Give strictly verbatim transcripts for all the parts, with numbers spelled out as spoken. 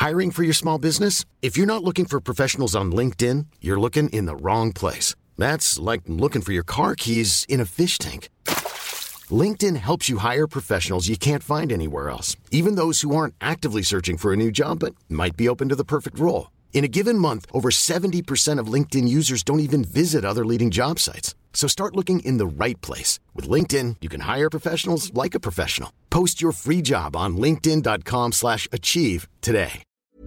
Hiring for your small business? If you're not looking for professionals on LinkedIn, you're looking in the wrong place. That's like looking for your car keys in a fish tank. LinkedIn helps you hire professionals you can't find anywhere else, even those who aren't actively searching for a new job but might be open to the perfect role. In a given month, over seventy percent of LinkedIn users don't even visit other leading job sites. So start looking in the right place. With LinkedIn, you can hire professionals like a professional. Post your free job on linkedin.com slash achieve today.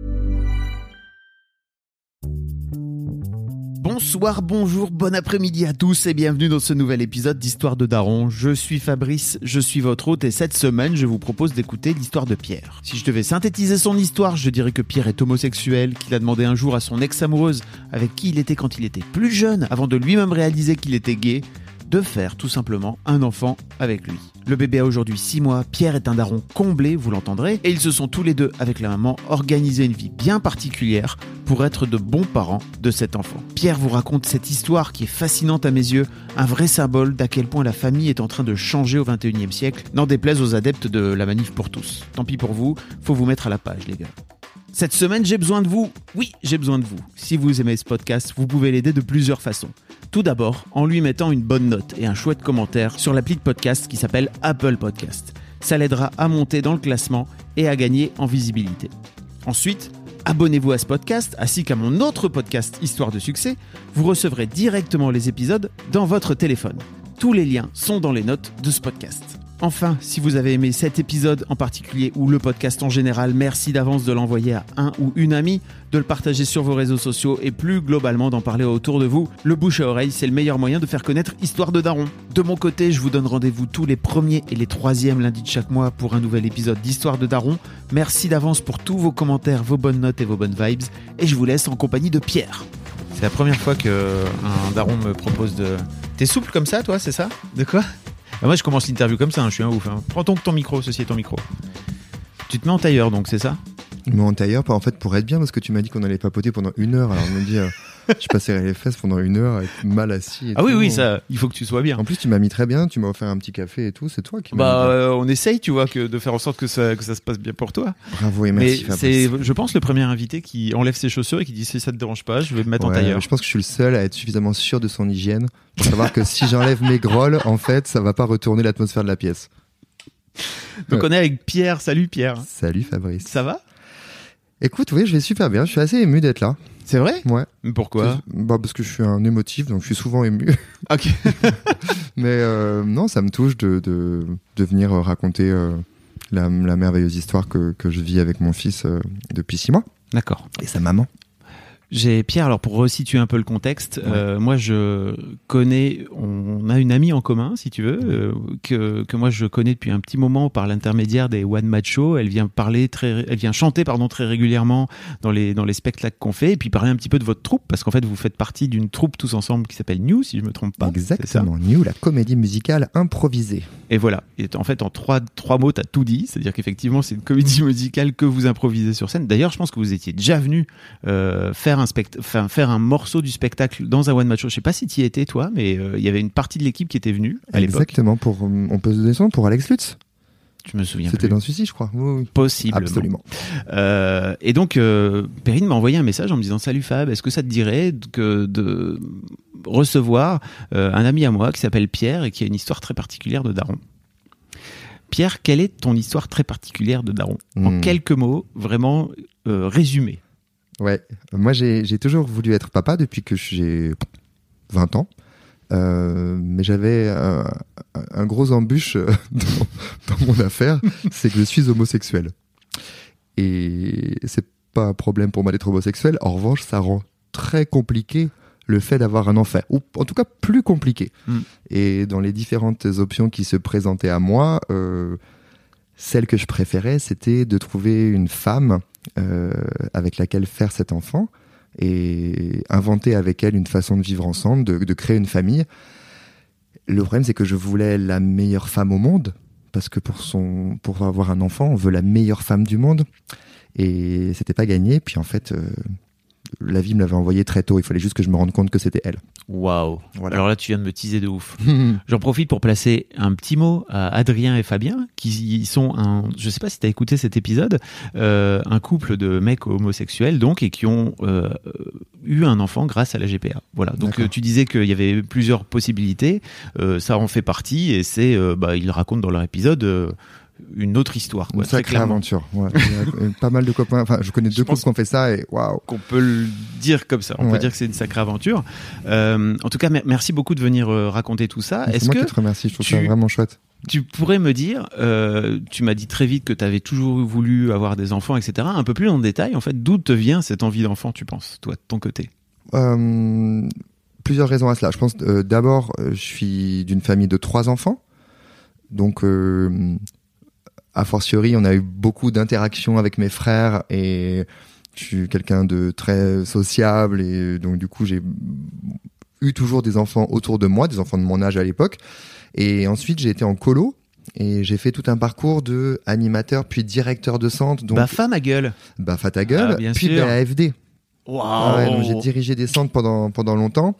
Bonsoir, bonjour, bon après-midi à tous et bienvenue dans ce nouvel épisode d'Histoire de Daron. Je suis Fabrice, je suis votre hôte et cette semaine, je vous propose d'écouter l'histoire de Pierre. Si je devais synthétiser son histoire, je dirais que Pierre est homosexuel, qu'il a demandé un jour à son ex-amoureuse, avec qui il était quand il était plus jeune, avant de lui-même réaliser qu'il était gay, de faire tout simplement un enfant avec lui. Le bébé a aujourd'hui six mois, Pierre est un daron comblé, vous l'entendrez, et ils se sont tous les deux, avec la maman, organisé une vie bien particulière pour être de bons parents de cet enfant. Pierre vous raconte cette histoire qui est fascinante à mes yeux, un vrai symbole d'à quel point la famille est en train de changer au vingt et unième siècle, n'en déplaise aux adeptes de la manif pour tous. Tant pis pour vous, faut vous mettre à la page les gars. Cette semaine, j'ai besoin de vous. Oui, j'ai besoin de vous. Si vous aimez ce podcast, vous pouvez l'aider de plusieurs façons. Tout d'abord, en lui mettant une bonne note et un chouette commentaire sur l'appli de podcast qui s'appelle Apple Podcast. Ça l'aidera à monter dans le classement et à gagner en visibilité. Ensuite, abonnez-vous à ce podcast ainsi qu'à mon autre podcast Histoire de succès. Vous recevrez directement les épisodes dans votre téléphone. Tous les liens sont dans les notes de ce podcast. Enfin, si vous avez aimé cet épisode en particulier ou le podcast en général, merci d'avance de l'envoyer à un ou une amie, de le partager sur vos réseaux sociaux et plus globalement d'en parler autour de vous. Le bouche à oreille, c'est le meilleur moyen de faire connaître Histoire de Daron. De mon côté, je vous donne rendez-vous tous les premiers et les troisièmes lundis de chaque mois pour un nouvel épisode d'Histoire de Daron. Merci d'avance pour tous vos commentaires, vos bonnes notes et vos bonnes vibes. Et je vous laisse en compagnie de Pierre. C'est la première fois qu'un daron me propose de... T'es souple comme ça, toi, c'est ça ? De quoi ? Ah, moi je commence l'interview comme ça, hein, je suis un ouf. Hein. Prends donc ton micro, ceci est ton micro. Tu te mets en tailleur donc, c'est ça ? Je me mets en tailleur, en fait, pour être bien, parce que tu m'as dit qu'on allait papoter pendant une heure. Alors on me dit, euh, je passerai les fesses pendant une heure avec mal assis. Et ah tout. oui, oui, ça, il faut que tu sois bien. En plus, tu m'as mis très bien, tu m'as offert un petit café et tout, c'est toi qui m'as Bah, mis euh, on essaye, tu vois, que de faire en sorte que ça, que ça se passe bien pour toi. Bravo et merci. Mais c'est, je pense, le premier invité qui enlève ses chaussures et qui dit si ça te dérange pas, je vais me mettre ouais, en tailleur. Je pense que je suis le seul à être suffisamment sûr de son hygiène pour savoir que si j'enlève mes grolles, en fait, ça va pas retourner l'atmosphère de la pièce. Donc on est avec Pierre. Salut Pierre. Salut Fabrice. Ça va ? Écoute, oui, je vais super bien. Je suis assez ému d'être là. C'est vrai ? Ouais. Pourquoi ? Bah parce que je suis un émotif, donc je suis souvent ému. Ok. Mais euh, non, ça me touche de, de, de venir raconter euh, la, la merveilleuse histoire que, que je vis avec mon fils euh, depuis six mois. D'accord. Et sa maman. J'ai Pierre, alors pour resituer un peu le contexte, ouais. euh, moi je connais, on a une amie en commun si tu veux, euh, que, que moi je connais depuis un petit moment par l'intermédiaire des One Match Show. Elle vient parler très, elle vient chanter pardon très régulièrement dans les dans les spectacles qu'on fait et puis parler un petit peu de votre troupe parce qu'en fait vous faites partie d'une troupe tous ensemble qui s'appelle New si je me trompe pas. Exactement, New, la comédie musicale improvisée. Et voilà, et en fait en trois trois mots t'as tout dit, c'est-à-dire qu'effectivement c'est une comédie musicale que vous improvisez sur scène. D'ailleurs je pense que vous étiez déjà venu euh, faire un spect- enfin, faire un morceau du spectacle dans un One Match Show. Je sais pas si tu y étais toi, mais il euh, y avait une partie de l'équipe qui était venue à l'époque. Exactement, pour, on peut se descendre pour Alex Lutz. Je me souviens C'était plus. dans celui-ci, je crois. Oui, oui. Possiblement. Absolument. Euh, et donc, euh, Perrine m'a envoyé un message en me disant « Salut Fab, est-ce que ça te dirait que de recevoir euh, un ami à moi qui s'appelle Pierre et qui a une histoire très particulière de daron ?» Pierre, quelle est ton histoire très particulière de daron ? mmh. En quelques mots, vraiment euh, résumé. Ouais, moi j'ai, j'ai toujours voulu être papa depuis que j'ai vingt ans. Euh, mais j'avais un, un gros embûche dans, dans mon affaire, c'est que je suis homosexuel. Et c'est pas un problème pour moi d'être homosexuel. En revanche, ça rend très compliqué le fait d'avoir un enfant, ou en tout cas plus compliqué. Mm. Et dans les différentes options qui se présentaient à moi, euh, celle que je préférais, c'était de trouver une femme euh, avec laquelle faire cet enfant et inventer avec elle une façon de vivre ensemble, de, de créer une famille. Le problème, c'est que je voulais la meilleure femme au monde, parce que pour, son, pour avoir un enfant, on veut la meilleure femme du monde. Et c'était pas gagné. Puis en fait, euh, la vie me l'avait envoyé très tôt. Il fallait juste que je me rende compte que c'était elle. Waouh. Voilà. Alors là, tu viens de me teaser de ouf. J'en profite pour placer un petit mot à Adrien et Fabien, qui sont un, je sais pas si tu as écouté cet épisode, euh, un couple de mecs homosexuels, donc, et qui ont euh, eu un enfant grâce à la G P A. Voilà. Donc, euh, tu disais qu'il y avait plusieurs possibilités. Euh, ça en fait partie, et c'est, euh, bah, ils racontent dans leur épisode, euh, une autre histoire, quoi. Une sacrée aventure. Ouais. Il y a pas mal de copains. Enfin, je connais deux couples qui ont fait ça et waouh. Qu'on peut le dire comme ça. On ouais. peut dire que c'est une sacrée aventure. Euh, en tout cas, merci beaucoup de venir euh, raconter tout ça. C'est Est-ce moi que qui te remercie. Je trouve tu, ça vraiment chouette. Tu pourrais me dire, euh, tu m'as dit très vite que tu avais toujours voulu avoir des enfants, et cetera. Un peu plus en détail, en fait, d'où te vient cette envie d'enfant, tu penses, toi, de ton côté? euh, Plusieurs raisons à cela. Je pense euh, d'abord, euh, je suis d'une famille de trois enfants, donc. Euh, A fortiori, on a eu beaucoup d'interactions avec mes frères et je suis quelqu'un de très sociable et donc du coup j'ai eu toujours des enfants autour de moi, des enfants de mon âge à l'époque. Et ensuite j'ai été en colo et j'ai fait tout un parcours de animateur puis directeur de centre. Donc Bafa ma gueule. Bafa ta gueule. Ah, puis sûr. B A F D. Waouh. Ah ouais, donc j'ai dirigé des centres pendant pendant longtemps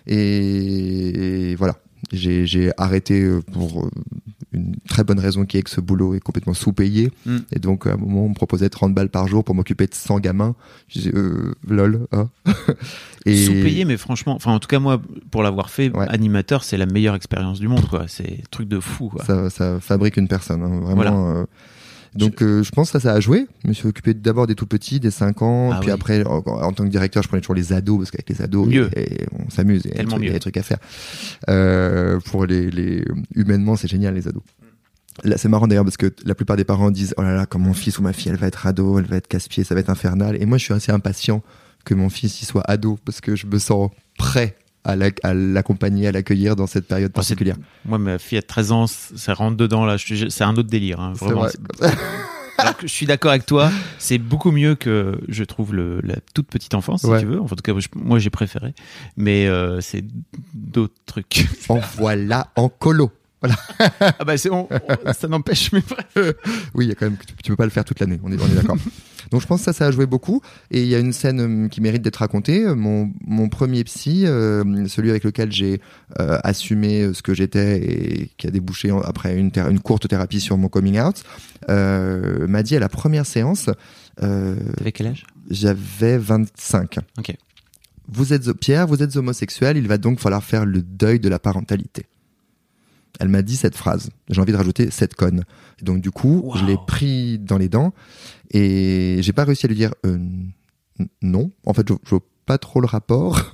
et, et voilà. J'ai, j'ai arrêté pour une très bonne raison qui est que ce boulot est complètement sous-payé. Mm. Et donc, à un moment, on me proposait trente balles par jour pour m'occuper de cent gamins. Je disais, euh, lol. Hein. Et... Sous-payé, mais franchement, enfin, en tout cas, moi, pour l'avoir fait, ouais. animateur, c'est la meilleure expérience du monde, quoi. C'est un truc de fou, quoi. Ça, ça fabrique une personne, hein, vraiment. Voilà. Euh... Donc je... Euh, je pense que ça, ça a joué. Je me suis occupé d'abord des tout petits, des cinq ans, ah puis oui. après, en, en tant que directeur, je prenais toujours les ados, parce qu'avec les ados, mieux. Et, et on s'amuse, il y a des trucs à faire. Euh, pour les, les... Humainement, c'est génial, les ados. Là, c'est marrant d'ailleurs, parce que la plupart des parents disent « Oh là là, comme mon fils ou ma fille, elle va être ado, elle va être casse-pied, ça va être infernal. » Et moi, je suis assez impatient que mon fils il soit ado, parce que je me sens prêt à, la, à l'accompagner, à l'accueillir dans cette période particulière. Moi, ma fille a treize ans, ça rentre dedans, là. Je, c'est un autre délire, hein, vraiment. C'est Alors que je suis d'accord avec toi, c'est beaucoup mieux que, je trouve, le, la toute petite enfance, si ouais. tu veux. En tout cas, je, moi, j'ai préféré. Mais euh, c'est d'autres trucs. En voilà, en colo. Voilà. Ah bah c'est on, on, ça n'empêche, mais bref. Oui, il y a quand même, tu, tu peux pas le faire toute l'année, on est, on est d'accord. Donc je pense que ça, ça a joué beaucoup. Et il y a une scène qui mérite d'être racontée. Mon, mon premier psy, euh, celui avec lequel j'ai euh, assumé ce que j'étais et qui a débouché après une, thé- une courte thérapie sur mon coming out, euh, m'a dit à la première séance. Euh, T'avais quel âge ? J'avais vingt-cinq. Ok. Vous êtes Pierre, vous êtes homosexuel, il va donc falloir faire le deuil de la parentalité. Elle m'a dit cette phrase. J'ai envie de rajouter cette conne. Et donc du coup, wow. je l'ai pris dans les dents et j'ai pas réussi à lui dire euh, n- non. En fait, je, je vois pas trop le rapport.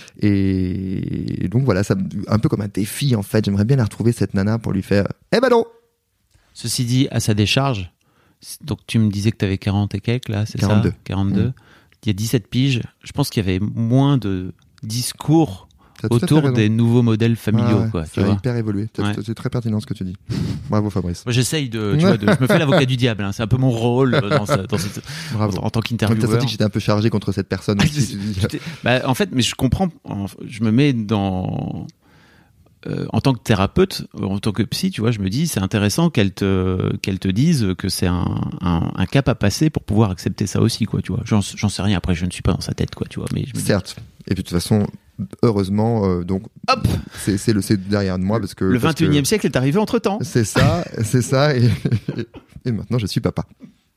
Et donc voilà, ça, un peu comme un défi en fait. J'aimerais bien la retrouver cette nana pour lui faire. Eh ben non. Ceci dit, à sa décharge. Donc tu me disais que t'avais quarante et quelques là, c'est quarante-deux. ça ? quarante-deux. Mmh. Il y a dix-sept piges. Je pense qu'il y avait moins de discours autour des nouveaux modèles familiaux, ah ouais, quoi. Ça a hyper évolué. Ouais. C'est très pertinent ce que tu dis. Bravo Fabrice. Moi, j'essaye de, tu vois, de, je me fais l'avocat du diable. Hein. C'est un peu mon rôle dans, ce, dans cette, Bravo. En, en tant qu'intervieweur. T'as senti que j'étais un peu chargé contre cette personne. Aussi, bah, en fait, mais je comprends. Je me mets dans. Euh, en tant que thérapeute, en tant que psy, tu vois, je me dis, c'est intéressant qu'elle te, qu'elle te dise que c'est un, un, un cap à passer pour pouvoir accepter ça aussi, quoi, tu vois. J'en, j'en sais rien. Après, je ne suis pas dans sa tête, quoi, tu vois. Mais je me certes. Dis... Et puis de toute façon, heureusement, euh, donc, hop, c'est, c'est le, c'est derrière de moi parce que le vingt et unième que... siècle est arrivé entre temps. C'est ça, c'est ça, et, et maintenant je suis papa.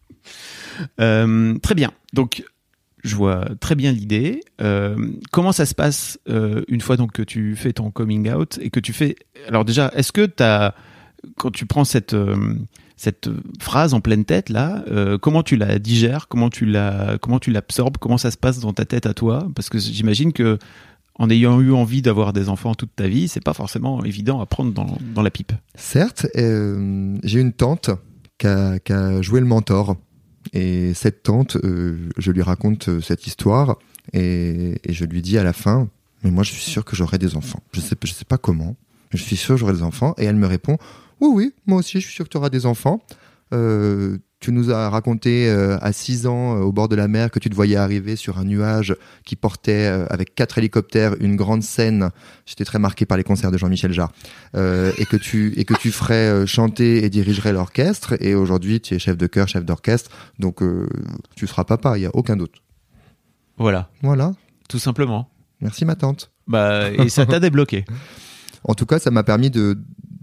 Euh, très bien. Donc, je vois très bien l'idée. Euh, comment ça se passe euh, une fois donc que tu fais ton coming out et que tu fais. Alors déjà, est-ce que t'as, quand tu prends cette euh, cette phrase en pleine tête là, euh, comment tu la digères, comment tu la, comment tu l'absorbes, comment ça se passe dans ta tête à toi ? Parce que j'imagine que en ayant eu envie d'avoir des enfants toute ta vie, c'est pas forcément évident à prendre dans dans la pipe. Certes, euh, j'ai une tante qui a, qui a joué le mentor. Et cette tante, euh, je lui raconte euh, cette histoire et, et je lui dis à la fin, mais moi je suis sûr que j'aurai des enfants. Je sais, je sais pas comment, mais je suis sûr que j'aurai des enfants. Et elle me répond, oui, oui, moi aussi je suis sûr que tu auras des enfants. Euh, tu nous as raconté euh, à six ans, euh, au bord de la mer, que tu te voyais arriver sur un nuage qui portait, euh, avec quatre hélicoptères, une grande scène. J'étais très marqué par les concerts de Jean-Michel Jarre. Euh, et que tu et que tu ferais euh, chanter et dirigerais l'orchestre. Et aujourd'hui, tu es chef de chœur, chef d'orchestre. Donc, euh, tu seras papa, il n'y a aucun doute. Voilà. Voilà. Tout simplement. Merci ma tante. Bah, et ça t'a débloqué. En tout cas, ça m'a permis de,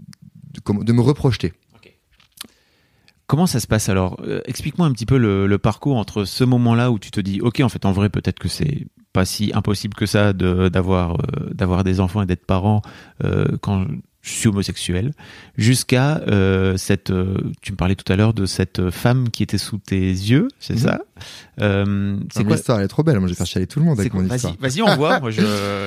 de, de me reprojeter. Okay. Comment ça se passe alors ? euh, Explique-moi un petit peu le, le parcours entre ce moment-là où tu te dis, ok, en fait, en vrai, peut-être que c'est pas si impossible que ça de, d'avoir, euh, d'avoir des enfants et d'être parent euh, quand je suis homosexuel, jusqu'à euh, cette. Euh, tu me parlais tout à l'heure de cette femme qui était sous tes yeux, c'est mmh. ça euh, C'est quoi l'histoire ? Elle est trop belle. Moi, je vais faire chialer tout le monde avec quoi mon vas-y, histoire. Vas-y, on voit. Moi, je.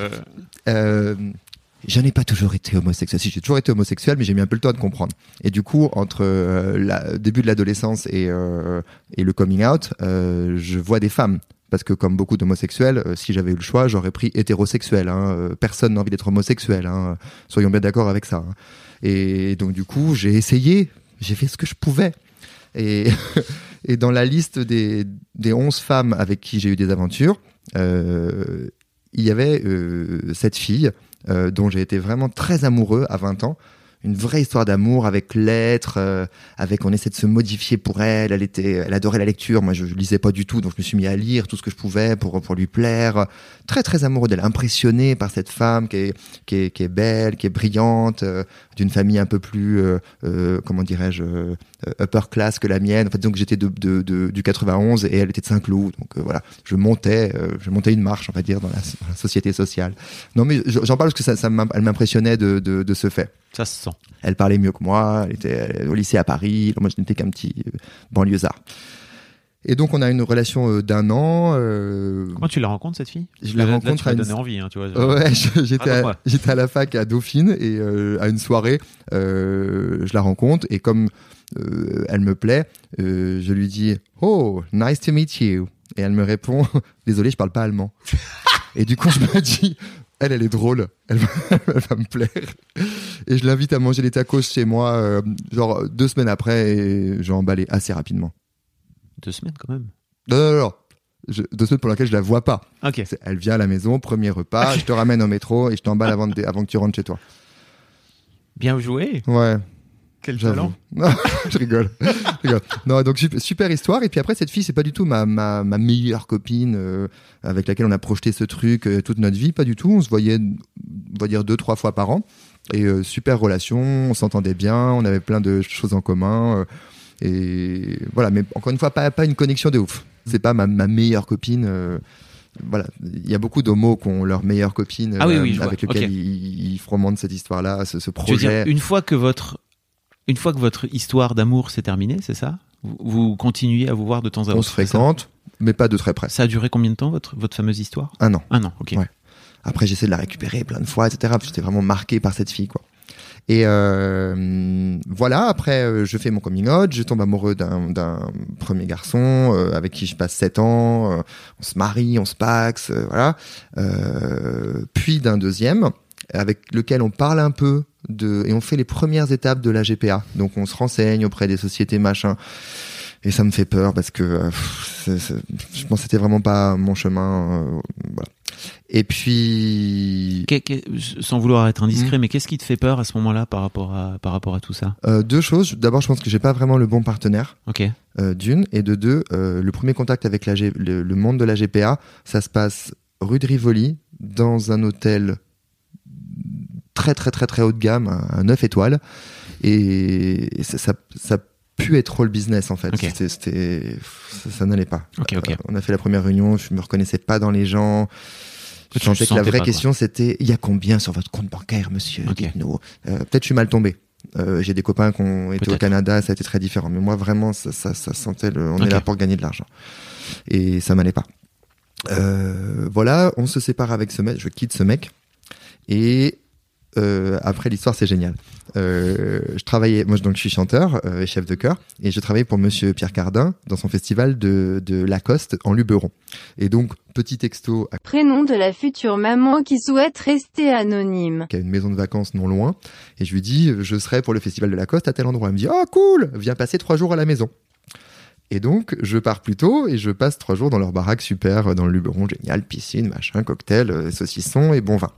Euh, je n'ai pas toujours été homosexuel. Si, j'ai toujours été homosexuel, mais j'ai mis un peu le temps de comprendre. Et du coup, entre euh, le début de l'adolescence et, euh, et le coming out, euh, je vois des femmes. Parce que comme beaucoup d'homosexuels, euh, si j'avais eu le choix, j'aurais pris hétérosexuel. Hein. Euh, personne n'a envie d'être homosexuel. Hein. Soyons bien d'accord avec ça. Hein. Et donc du coup, j'ai essayé. J'ai fait ce que je pouvais. Et, et dans la liste des, des onze femmes avec qui j'ai eu des aventures, euh, il y avait euh, cette fille euh, dont j'ai été vraiment très amoureux à vingt ans. Une vraie histoire d'amour avec l'être, euh, avec on essaie de se modifier pour elle. Elle était, elle adorait la lecture. Moi, je, je lisais pas du tout, donc je me suis mis à lire tout ce que je pouvais pour pour lui plaire. Très très amoureux d'elle, impressionné par cette femme qui est qui est qui est belle, qui est brillante, euh, d'une famille un peu plus euh, euh, comment dirais-je euh, upper class que la mienne. En fait, donc j'étais de, de, de du quatre-vingt-onze et elle était de Saint-Cloud. Donc euh, voilà, je montais, euh, je montais une marche, on va dire, dans la, dans la société sociale. Non, mais j'en parle parce que ça, ça elle m'impressionnait de, de de ce fait. Ça se sent. Elle parlait mieux que moi, elle était au lycée à Paris, moi je n'étais qu'un petit banlieusard. Et donc on a une relation d'un an. Euh... Comment tu la rencontres cette fille ? Je la là, rencontre là, tu m'as à une... donné envie, hein, tu vois. Je... Ouais, je, j'étais, à, j'étais à la fac à Dauphine et euh, à une soirée, euh, je la rencontre et comme euh, elle me plaît, euh, je lui dis « Oh, nice to meet you ». Et elle me répond « Désolé, je parle pas allemand ». Et du coup je me dis... Elle, elle est drôle, elle va, elle va me plaire. Et je l'invite à manger des tacos chez moi, euh, genre deux semaines après, et j'ai emballé assez rapidement. Deux semaines quand même ? Non, non, non, je, deux semaines pour lesquelles je la vois pas. Ok. C'est, elle vient à la maison, premier repas, okay. Je te ramène au métro et je t'emballe avant, de, avant que tu rentres chez toi. Bien joué. Ouais. Quel J'avoue. talent. Non, je rigole. je rigole. Non, donc super, super histoire. Et puis après, cette fille, c'est pas du tout ma, ma, ma meilleure copine euh, avec laquelle on a projeté ce truc euh, toute notre vie. Pas du tout. On se voyait, on va dire, deux, trois fois par an. Et euh, super relation. On s'entendait bien. On avait plein de choses en commun. Euh, et voilà. Mais encore une fois, pas, pas une connexion de ouf. C'est pas ma, ma meilleure copine. Euh, voilà, il y a beaucoup d'homos qui ont leur meilleure copine ah, oui, oui, euh, avec lesquelles okay. ils, ils fromentent cette histoire-là, ce, ce projet. Tu veux dire, une fois que votre Une fois que votre histoire d'amour s'est terminée, c'est ça ? vous, vous continuez à vous voir de temps à autre ? On se fréquente, mais pas de très près. Ça a duré combien de temps, votre, votre fameuse histoire ? Un an. Un an, ok. Ouais. Après, j'essaie de la récupérer plein de fois, et cetera. J'étais vraiment marqué par cette fille, quoi. Et euh, voilà, après, je fais mon coming out, je tombe amoureux d'un, d'un premier garçon euh, avec qui je passe sept ans. Euh, on se marie, on se paxe, euh, voilà. Euh, puis d'un deuxième, avec lequel on parle un peu de, et on fait les premières étapes de la G P A. Donc on se renseigne auprès des sociétés machin. Et ça me fait peur parce que euh, c'est, c'est, je pense que c'était vraiment pas mon chemin. Euh, voilà. Et puis, qu'est, qu'est, sans vouloir être indiscret, mmh. mais qu'est-ce qui te fait peur à ce moment-là par rapport à par rapport à tout ça ? euh, Deux choses. D'abord, je pense que j'ai pas vraiment le bon partenaire. Ok. Euh, d'une et de deux, euh, le premier contact avec la G, le, le monde de la G P A, ça se passe rue de Rivoli dans un hôtel très très très très haut de gamme, un neuf étoiles, et ça, ça, ça pu être trop le business en fait. Okay. C'était, c'était, ça, ça n'allait pas. Okay, okay. Euh, on a fait la première réunion, je me reconnaissais pas dans les gens. Je tu sentais que la vraie pas, question quoi. C'était, il y a combien sur votre compte bancaire, monsieur ? Okay. Dites-nous. Euh, peut-être je suis mal tombé. Euh, j'ai des copains qui ont été peut-être. Au Canada, ça a été très différent. Mais moi vraiment, ça, ça, ça sentait le, on okay. est là pour gagner de l'argent. Et ça m'allait pas. Euh, voilà, on se sépare avec ce mec, je quitte ce mec. Et Euh, après l'histoire c'est génial. Euh, je travaillais, moi donc je suis chanteur euh, et chef de chœur, et je travaillais pour Monsieur Pierre Cardin dans son festival de, de Lacoste en Luberon. Et donc petit texto. À... Prénom de la future maman qui souhaite rester anonyme. Qui a une maison de vacances non loin, et je lui dis je serai pour le festival de Lacoste à tel endroit. Elle me dit oh cool, viens passer trois jours à la maison. Et donc, je pars plus tôt et je passe trois jours dans leur baraque super, dans le Luberon, génial, piscine, machin, cocktail, euh, saucisson et bon vin.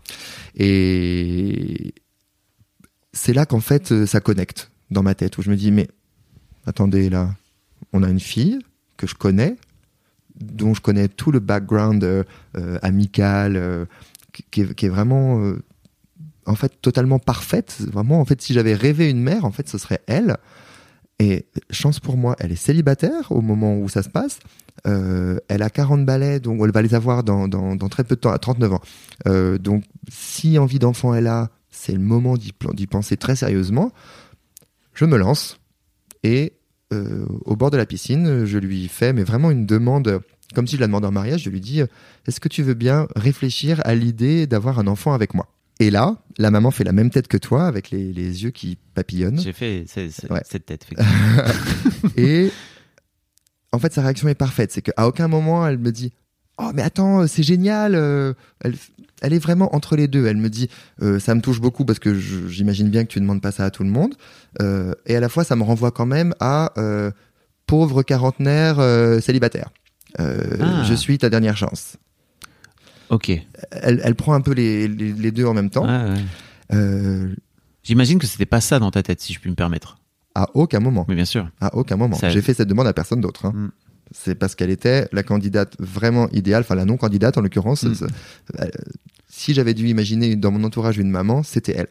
Et c'est là qu'en fait, ça connecte dans ma tête, où je me dis, mais attendez, là, on a une fille que je connais, dont je connais tout le background euh, euh, amical, euh, qui est, qui est vraiment euh, en fait totalement parfaite. Vraiment, en fait, si j'avais rêvé une mère, en fait, ce serait elle. Et chance pour moi, elle est célibataire au moment où ça se passe. Euh, elle a quarante balais, donc elle va les avoir dans, dans, dans très peu de temps, à trente-neuf ans. Euh, donc, si envie d'enfant elle a, c'est le moment d'y, d'y penser très sérieusement. Je me lance et euh, au bord de la piscine, je lui fais mais vraiment une demande, comme si je la demandais en mariage. Je lui dis, est-ce que tu veux bien réfléchir à l'idée d'avoir un enfant avec moi ? Et là, la maman fait la même tête que toi, avec les, les yeux qui papillonnent. J'ai fait c'est, c'est, Ouais. cette tête, effectivement. Et en fait, sa réaction est parfaite. C'est qu'à aucun moment, elle me dit « Oh, mais attends, c'est génial !» euh, elle, elle est vraiment entre les deux. Elle me dit euh, « Ça me touche beaucoup parce que je, j'imagine bien que tu ne demandes pas ça à tout le monde. Euh, » Et à la fois, ça me renvoie quand même à euh, « Pauvre quarantenaire euh, célibataire. Euh, Ah. Je suis ta dernière chance. » Ok. Elle, elle prend un peu les, les, les deux en même temps. Ouais, ouais. Euh, J'imagine que c'était pas ça dans ta tête, si je puis me permettre. à aucun moment. Mais bien sûr. À aucun moment. Ça- J'ai fait cette demande à personne d'autre. Hein. Mm. C'est parce qu'elle était la candidate vraiment idéale, enfin la non-candidate en l'occurrence. Mm. C'est- euh, si j'avais dû imaginer dans mon entourage une maman, c'était elle.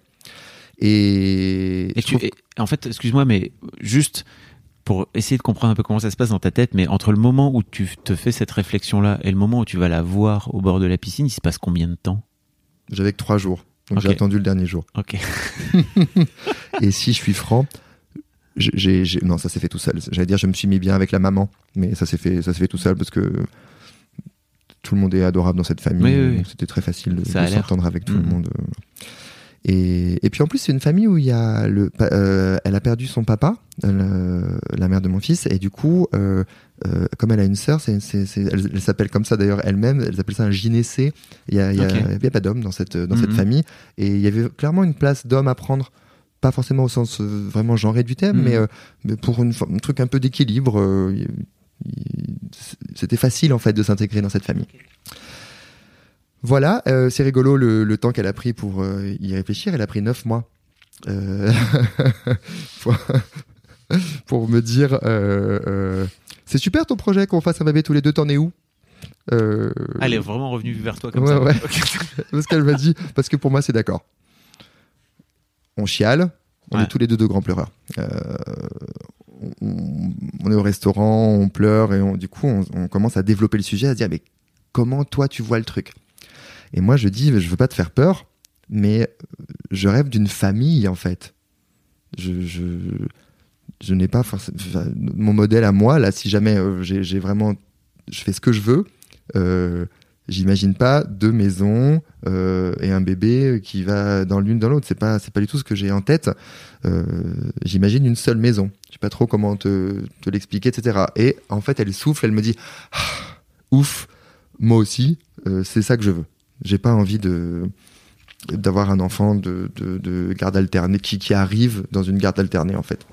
Et, Et je tu, trouve- et- en fait, excuse-moi, mais juste pour essayer de comprendre un peu comment ça se passe dans ta tête, mais entre le moment où tu te fais cette réflexion-là et le moment où tu vas la voir au bord de la piscine, il se passe combien de temps ? j'avais que trois jours, donc Ok. j'ai attendu le dernier jour. Ok. Et si je suis franc, j'ai, j'ai- non, ça s'est fait tout seul. J'allais dire, je me suis mis bien avec la maman, mais ça s'est fait, ça s'est fait tout seul parce que tout le monde est adorable dans cette famille. Oui, oui, oui. Donc c'était très facile de, Ça a de l'air. s'entendre avec tout Mhm. le monde. Et, et puis en plus, c'est une famille où il y a le, pa- euh, elle a perdu son papa, euh, la mère de mon fils, et du coup, euh, euh, comme elle a une sœur, c'est, c'est, c'est, elle, elle s'appelle comme ça d'ailleurs elle-même, elle appelle ça un gynécée. Il y a, il y a, Ok. il y a pas d'homme dans cette, dans Mhm. cette famille, et il y avait clairement une place d'homme à prendre. Pas forcément au sens euh, vraiment genré du thème, Mhm. mais, euh, mais pour une, un truc un peu d'équilibre. euh, il- il- c'était facile en fait de s'intégrer dans cette famille. Voilà, euh, c'est rigolo le, le temps qu'elle a pris pour euh, y réfléchir. Elle a pris neuf mois euh, pour, pour me dire euh, euh, c'est super ton projet qu'on fasse un bébé tous les deux, t'en es où euh, Elle est vraiment revenue vers toi comme Ouais, ça. ouais. Ok. Parce qu'elle m'a dit, parce que pour moi c'est d'accord. On chiale, on Ouais. est tous les deux de grands pleureurs. Euh, on, on est au restaurant, on pleure et on, du coup on, on commence à développer le sujet, à se dire mais comment toi tu vois le truc ? Et moi je dis je veux pas te faire peur, mais je rêve d'une famille en fait. Je, je, je n'ai pas forcément enfin, mon modèle à moi là. Si jamais euh, j'ai, j'ai vraiment, je fais ce que je veux. Euh, J'imagine pas deux maisons euh, et un bébé qui va dans l'une dans l'autre. C'est pas c'est pas du tout ce que j'ai en tête. Euh, j'imagine une seule maison. Je sais pas trop comment te, te l'expliquer, et cetera. Et en fait, elle souffle, elle me dit ah, ouf, moi aussi, euh, c'est ça que je veux. J'ai pas envie de d'avoir un enfant de, de, de garde alternée qui, qui arrive dans une garde alternée en fait.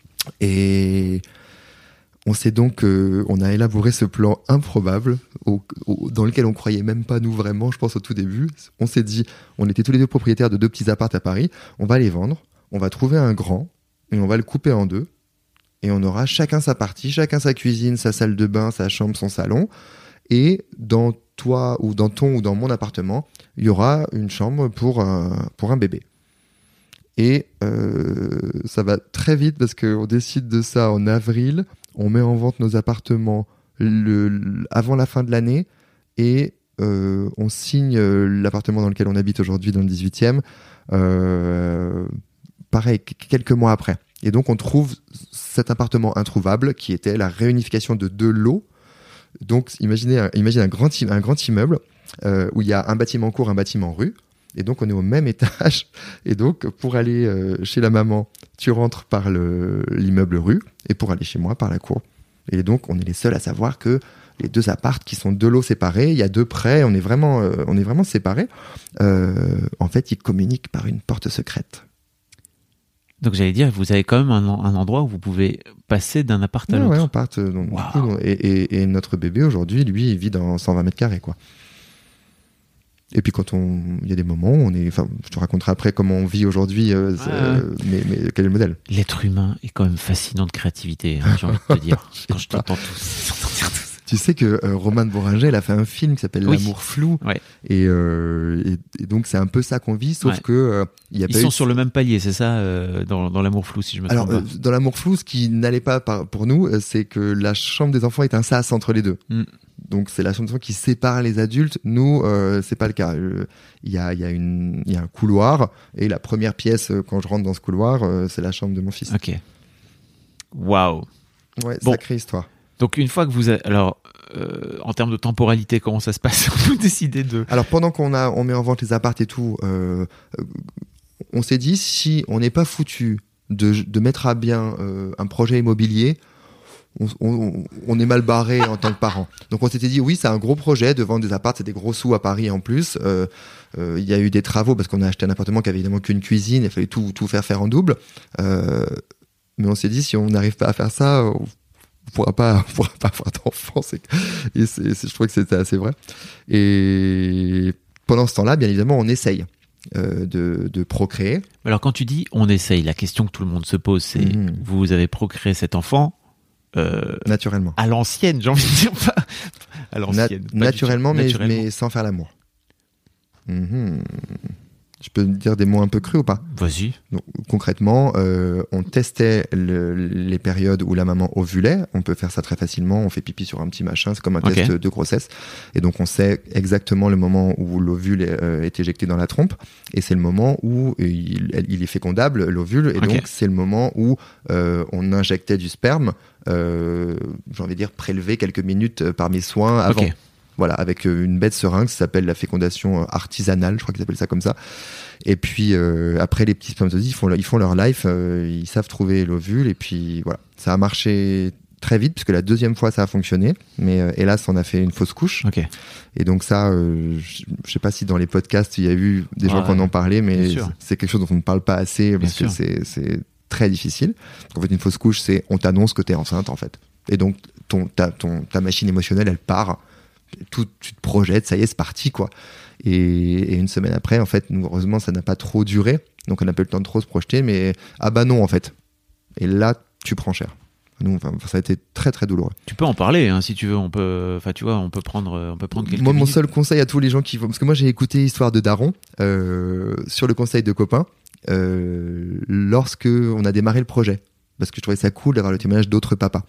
Et on sait donc euh, on a élaboré ce plan improbable au, au, dans lequel on croyait même pas nous vraiment, je pense au tout début. On s'est dit, on était tous les deux propriétaires de deux petits apparts à Paris, on va les vendre, on va trouver un grand et on va le couper en deux et on aura chacun sa partie, chacun sa cuisine, sa salle de bain, sa chambre, son salon, et dans toi ou dans ton ou dans mon appartement, il y aura une chambre pour un, pour un bébé. Et euh, ça va très vite parce qu'on décide de ça en avril. On met en vente nos appartements le, le- avant la fin de l'année et euh, on signe euh, l'appartement dans lequel on habite aujourd'hui dans le dix-huitième, euh, pareil, qu- quelques mois après. Et donc on trouve cet appartement introuvable qui était la réunification de deux lots. Donc imaginez un, imaginez un, grand, im- un grand immeuble euh, où il y a un bâtiment court, un bâtiment rue. Et donc on est au même étage. Et donc pour aller euh, chez la maman, tu rentres par le, l'immeuble rue, et pour aller chez moi par la cour. Et donc on est les seuls à savoir que les deux appartes qui sont deux lots séparés, il y a deux près, on est vraiment, euh, on est vraiment séparés. Euh, en fait, ils communiquent par une porte secrète. Donc j'allais dire, vous avez quand même un, un endroit où vous pouvez passer d'un appart à Ouais, l'autre. ouais, on part. euh, donc, du Wow. coup, on- et, et, et notre bébé aujourd'hui, lui, il vit dans cent vingt mètres carrés, quoi. Et puis quand on, il y a des moments, où on est, enfin, je te raconterai après comment on vit aujourd'hui, euh, c'est- Ouais, ouais. euh, mais, mais quel est le modèle? L'être humain est quand même fascinant de créativité, hein, j'ai envie de te dire. Quand je t'entends tous, t'entends dire tout ça. Tu sais que euh, Romane Bourringer, elle a fait un film qui s'appelle Oui. L'amour flou. Ouais. Et, euh, et, et donc, c'est un peu ça qu'on vit, sauf Ouais. que euh, il y a Ils pas sont eu... sur le même palier, c'est ça, euh, dans, dans l'amour flou, si je me Alors, trompe euh, pas. dans L'amour flou, ce qui n'allait pas par, pour nous, euh, c'est que la chambre des enfants est un sas entre les deux. Mm. Donc, c'est la chambre des enfants qui sépare les adultes. Nous, euh, c'est pas le cas. Euh, Il y, a, il y, a une, il y a un couloir, et la première pièce, euh, quand je rentre dans ce couloir, euh, c'est la chambre de mon fils. Ok. Waouh. Ouais, Bon. sacrée histoire. Donc une fois que vous avez... Alors, euh, en termes de temporalité, comment ça se passe? Vous décidez de... Alors pendant qu'on a, on met en vente les apparts et tout, euh, euh, on s'est dit si on n'est pas foutu de, de mettre à bien euh, un projet immobilier, on, on, on est mal barré en tant que parent. Donc on s'était dit oui, c'est un gros projet de vendre des apparts, c'est des gros sous à Paris en plus. Il euh, euh, y a eu des travaux parce qu'on a acheté un appartement qui avait évidemment qu'une cuisine, il fallait tout, tout faire faire en double. Euh, mais on s'est dit si on n'arrive pas à faire ça, on on pourra pas, on pourra pas avoir d'enfants. C'est, et c'est, c'est, je trouvais que c'était assez vrai. Et pendant ce temps-là, bien évidemment, on essaye euh, de, de procréer. Alors quand tu dis on essaye, la question que tout le monde se pose, c'est Mmh. vous avez procréé cet enfant euh, Naturellement. à l'ancienne, j'ai envie de dire, pas à Na- l'ancienne. pas naturellement, du tout. mais, Naturellement. mais sans faire l'amour. Mhm. Je peux dire des mots un peu crus ou pas? Vas-y. Donc, concrètement, euh, on testait le- les périodes où la maman ovulait. On peut faire ça très facilement. On fait pipi sur un petit machin. C'est comme un Ok. test de grossesse. Et donc, on sait exactement le moment où l'ovule est, euh, est éjecté dans la trompe. Et c'est le moment où il, il est fécondable, l'ovule. Et Ok. donc, c'est le moment où euh, on injectait du sperme, euh, j'ai envie de dire prélevé quelques minutes par mes soins avant. Ok. Voilà, avec euh, une bête seringue, ça s'appelle la fécondation euh, artisanale, je crois qu'ils appellent ça comme ça. Et puis euh, après, les petits spermatozoïdes, ils font, leur- ils font leur life, euh, ils savent trouver l'ovule, et puis voilà. Ça a marché très vite, puisque la deuxième fois, ça a fonctionné, mais euh, hélas, on a fait une fausse couche. Ok. Et donc ça, euh, je je sais pas si dans les podcasts, il y a eu des gens Ouais, qui en ont parlé, mais bien sûr. c'est quelque chose dont on ne parle pas assez, parce Bien que sûr. c'est, c'est très difficile. En fait, une fausse couche, c'est on t'annonce que t'es enceinte, en fait. Et donc, ton, ta, ton, ta machine émotionnelle, elle part. Tout, tu te projettes, ça y est, c'est parti, quoi. Et, et une semaine après, en fait, nous, heureusement, ça n'a pas trop duré. Donc, on n'a pas eu le temps de trop se projeter, mais ah bah non, en fait. Et là, tu prends cher. Nous, enfin, ça a été très, très douloureux. Tu peux en parler, hein, si tu veux. On peut, enfin, tu vois, on peut prendre, on peut prendre quelques Moi, mon minutes. seul conseil à tous les gens qui vont, parce que moi, j'ai écouté Histoire de Daron euh, sur le conseil de copains euh, lorsque on a démarré le projet, parce que je trouvais ça cool d'avoir le témoignage d'autres papas.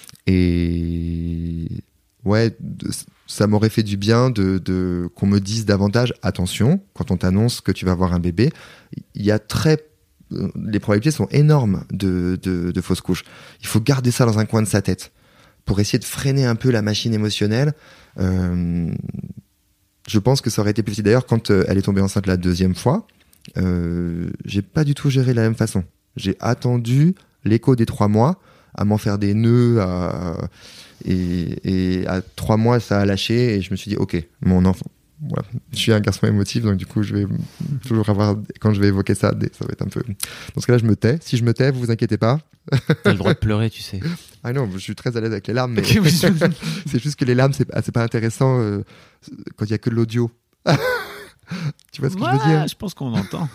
Et ouais, de- ça m'aurait fait du bien de, de qu'on me dise davantage attention quand on t'annonce que tu vas avoir un bébé. Il y a très les probabilités sont énormes de, de, de fausses couches. Il faut garder ça dans un coin de sa tête pour essayer de freiner un peu la machine émotionnelle. Euh, je pense que ça aurait été plus facile. D'ailleurs, quand euh, elle est tombée enceinte la deuxième fois, euh, j'ai pas du tout géré de la même façon. J'ai attendu l'écho des trois mois à m'en faire des nœuds, à, et, et à trois mois, ça a lâché et je me suis dit, ok, mon enfant. Voilà. Je suis un garçon émotif, donc du coup, je vais toujours avoir, quand je vais évoquer ça, des- ça va être un peu. Dans ce cas-là, je me tais. Si je me tais, vous vous inquiétez pas. T'as le droit de pleurer, tu sais. Ah non, je suis très à l'aise avec les larmes, mais Ok, oui, je- c'est juste que les larmes, c'est, c'est pas intéressant euh, quand il y a que de l'audio. Tu vois ce que je veux Ouais, dire? je pense qu'on entend.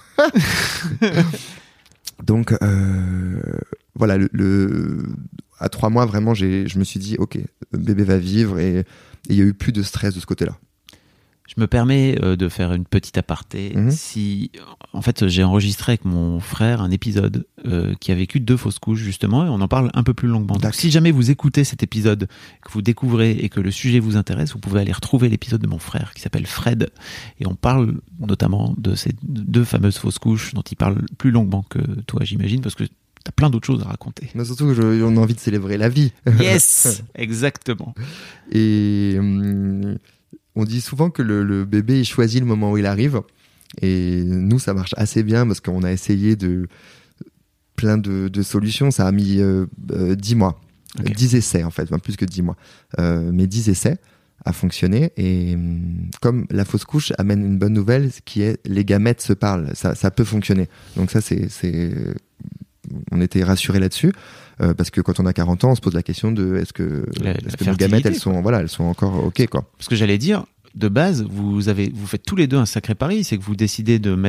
Donc, euh, voilà, le, le- à trois mois, vraiment, j'ai, je me suis dit, ok, bébé va vivre et et il y a eu plus de stress de ce côté-là. Je me permets euh, de faire une petite aparté. Mhm. Si, en fait, j'ai enregistré avec mon frère un épisode euh, qui a vécu deux fausses couches, justement, et on en parle un peu plus longuement. Donc, D'accord. si jamais vous écoutez cet épisode, que vous découvrez et que le sujet vous intéresse, vous pouvez aller retrouver l'épisode de mon frère qui s'appelle Fred, et on parle notamment de ces deux fameuses fausses couches dont il parle plus longuement que toi, j'imagine, parce que t'as plein d'autres choses à raconter. Mais surtout, je- on a envie de célébrer la vie. Yes, exactement. Et hum, on dit souvent que le, le bébé il choisit le moment où il arrive. Et nous, ça marche assez bien parce qu'on a essayé de plein de, de solutions. Ça a mis euh, euh, dix mois, Ok. dix essais en fait, enfin, plus que dix mois, euh, mais dix essais à fonctionner. Et hum, comme la fausse couche amène une bonne nouvelle, ce qui est les gamètes se parlent, ça, ça peut fonctionner. Donc ça, c'est, c'est... on était rassurés là-dessus. Euh, parce que quand on a quarante ans, on se pose la question de est-ce que, La- est-ce la que nos gamètes, fertilité, elles sont, voilà, elles sont encore ok, quoi. Parce que j'allais dire, de base, vous avez, vous faites tous les deux un sacré pari, c'est que vous décidez de mettre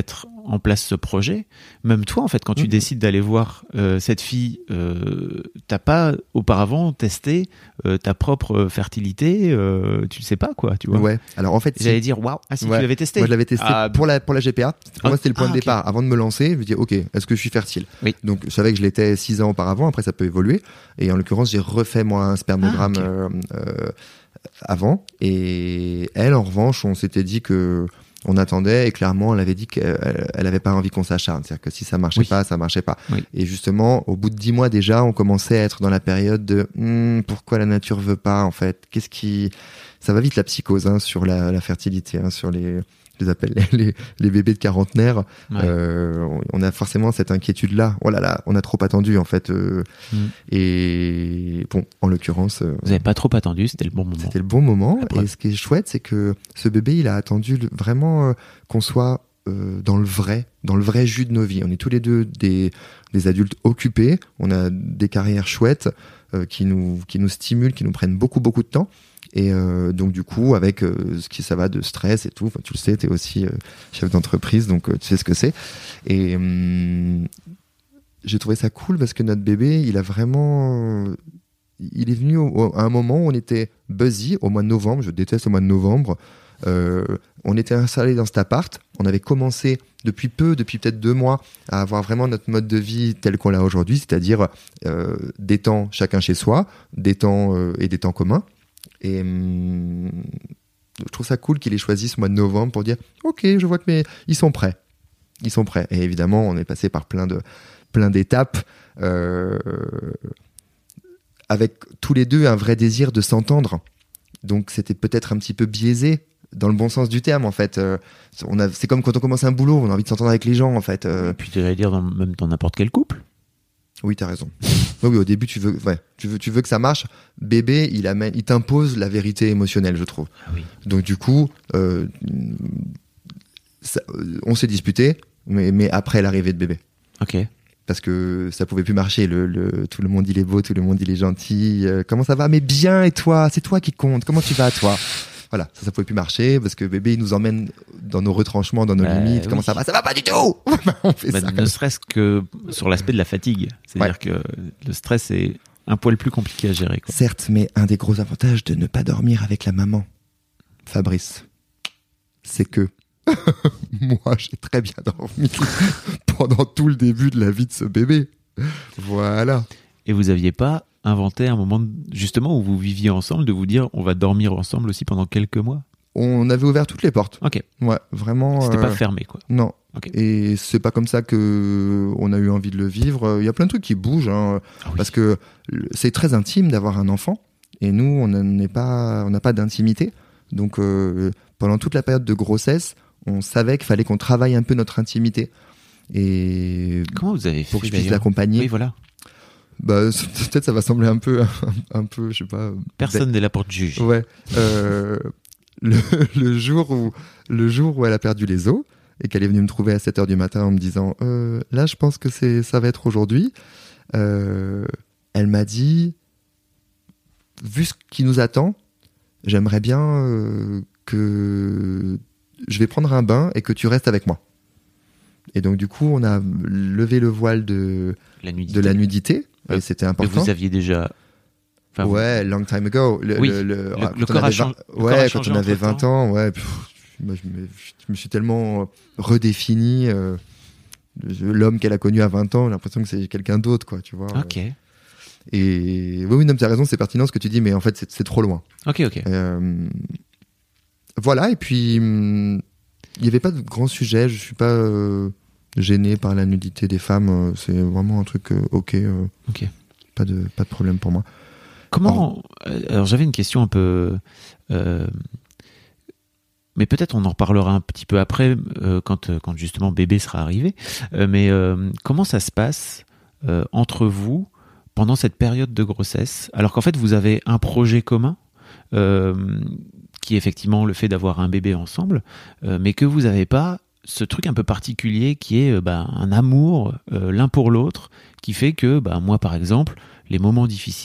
en place ce projet, même toi, en fait, quand tu Mmh. décides d'aller voir euh, cette fille, euh, t'as pas auparavant testé euh, ta propre fertilité, euh, tu le sais pas, quoi, tu vois. Ouais. Alors en fait, Et J'allais si- dire, waouh, ah si Ouais. tu l'avais testé. moi je l'avais testé Ah, pour la pour la G P A. Pour Ah, moi, c'était le point ah, de ok. départ. Avant de me lancer, je me dis ok, est-ce que je suis fertile? Oui. Donc je savais que je l'étais six ans auparavant. Après, ça peut évoluer. Et en l'occurrence, j'ai refait moi un spermogramme Ah, ok. euh, euh, avant. Et elle, en revanche, on s'était dit que on attendait et clairement, elle avait dit qu'elle elle avait pas envie qu'on s'acharne. C'est-à-dire que si ça marchait Oui. pas, ça marchait pas. Oui. Et justement, au bout de dix mois déjà, on commençait à être dans la période de hmm, pourquoi la nature veut pas en fait. Qu'est-ce qui ça va vite la psychose hein, sur la, la fertilité, hein, sur les je les appelle les, les, les bébés de quarantenaire. Ouais. Euh, on a forcément cette inquiétude là. Oh là là, on a trop attendu en fait. Euh, Mm. Et bon, en l'occurrence, euh, Vous avez pas trop attendu, c'était le bon moment. c'était le bon moment. La preuve. Et ce qui est chouette, c'est que ce bébé, il a attendu le- vraiment euh, qu'on soit euh, dans le vrai, dans le vrai jus de nos vies. On est tous les deux des, des adultes occupés. On a des carrières chouettes euh, qui nous qui nous stimulent, qui nous prennent beaucoup beaucoup de temps. Et euh, donc du coup, avec euh, ce qui ça va de stress et tout, enfin, tu le sais, t'es aussi euh, chef d'entreprise, donc euh, tu sais ce que c'est. Et hum, j'ai trouvé ça cool parce que notre bébé, il a vraiment, euh, il est venu au- au- à un moment où on était buzzy au mois de novembre. Je déteste le mois de novembre. Euh, on était installé dans cet appart. On avait commencé depuis peu, depuis peut-être deux mois, à avoir vraiment notre mode de vie tel qu'on l'a aujourd'hui, c'est-à-dire euh, des temps chacun chez soi, des temps euh, et des temps communs. Et hum, je trouve ça cool qu'il ait choisi ce mois de novembre pour dire ok, je vois que mes ils sont prêts, ils sont prêts. Et évidemment, on est passé par plein de plein d'étapes, euh, avec tous les deux un vrai désir de s'entendre. Donc c'était peut-être un petit peu biaisé dans le bon sens du terme en fait. Euh, on a, c'est comme quand on commence un boulot, on a envie de s'entendre avec les gens en fait. Euh, Et puis tu allais dire dans, même dans n'importe quel couple. Oui, t'as raison. Oui, oui, au début, tu veux, ouais, tu veux, tu veux que ça marche. Bébé, il amène, il t'impose la vérité émotionnelle, je trouve. Ah oui. Donc du coup, euh, ça- on s'est disputé, mais, mais après l'arrivée de bébé, Ok. parce que ça pouvait plus marcher. Le, le, tout le monde il est beau, tout le monde il est gentil. Euh, comment ça va? Mais bien, et toi? C'est toi qui compte. Comment tu vas, toi? Voilà, ça, ça pouvait plus marcher parce que bébé il nous emmène dans nos retranchements, dans nos Bah, limites. Comment oui. ça va? Ça va pas du tout. On fait Bah, ça. ne serait-ce que sur l'aspect de la fatigue. C'est-à-dire que le stress est un poil plus compliqué à gérer, quoi. Certes, mais un des gros avantages de ne pas dormir avec la maman, Fabrice, c'est que moi, j'ai très bien dormi pendant tout le début de la vie de ce bébé. Voilà. Et vous aviez pas inventé un moment, de- justement, où vous viviez ensemble, de vous dire on va dormir ensemble aussi pendant quelques mois? On avait ouvert toutes les portes. Ok. Ouais, vraiment. C'était euh, pas fermé, quoi. Non. Ok. Et c'est pas comme ça que on a eu envie de le vivre. Il y a plein de trucs qui bougent, hein, Ah oui. parce que le- c'est très intime d'avoir un enfant. Et nous, on n'est pas, on n'a pas d'intimité. Donc, euh, pendant toute la période de grossesse, on savait qu'il fallait qu'on travaille un peu notre intimité. Et Comment vous avez fait pour que je puisse d'ailleurs l'accompagner, Oui, voilà. bah, c'est- peut-être ça va sembler un peu, un, peu, je sais pas. Personne n'est là pour te juger. Ouais. Euh, le, le jour où, le jour où elle a perdu les os et qu'elle est venue me trouver à sept heures du matin en me disant, euh, là, je pense que c'est, ça va être aujourd'hui. Euh, elle m'a dit, vu ce qui nous attend, j'aimerais bien euh, que je vais prendre un bain et que tu restes avec moi. Et donc, du coup, on a levé le voile de, La nudité. de la nudité. Ouais. Et c'était Mais important. vous aviez déjà. Enfin, vous- Ouais, long time ago. Le, Oui. le, le, Le- ah, le quand on corps a avait changé- vingt- le corps a ouais, quand changé on avait entre-temps. vingt ans, ouais, pff, moi, je, me, je me suis tellement euh, redéfini. euh, je- l'homme qu'elle a connu à vingt ans, j'ai l'impression que c'est quelqu'un d'autre, quoi, tu vois. Ok. Et oui, oui, non, tu as raison, c'est pertinent ce que tu dis, mais en fait, c'est, c'est trop loin. Ok, ok. Euh, voilà, et puis, hum, il n'y avait pas de grand sujet, je suis pas euh, gêné par la nudité des femmes, euh, c'est vraiment un truc euh, ok, euh, Ok. pas de, pas de problème pour moi. Comment. euh, Alors, j'avais une question un peu. euh, mais peut-être on en reparlera un petit peu après, euh, quand, quand justement bébé sera arrivé. Euh, mais euh, comment ça se passe euh, entre vous pendant cette période de grossesse, alors qu'en fait vous avez un projet commun, euh, qui est effectivement le fait d'avoir un bébé ensemble, euh, mais que vous n'avez pas ce truc un peu particulier qui est euh, bah, un amour euh, l'un pour l'autre, qui fait que bah, moi par exemple, les moments difficiles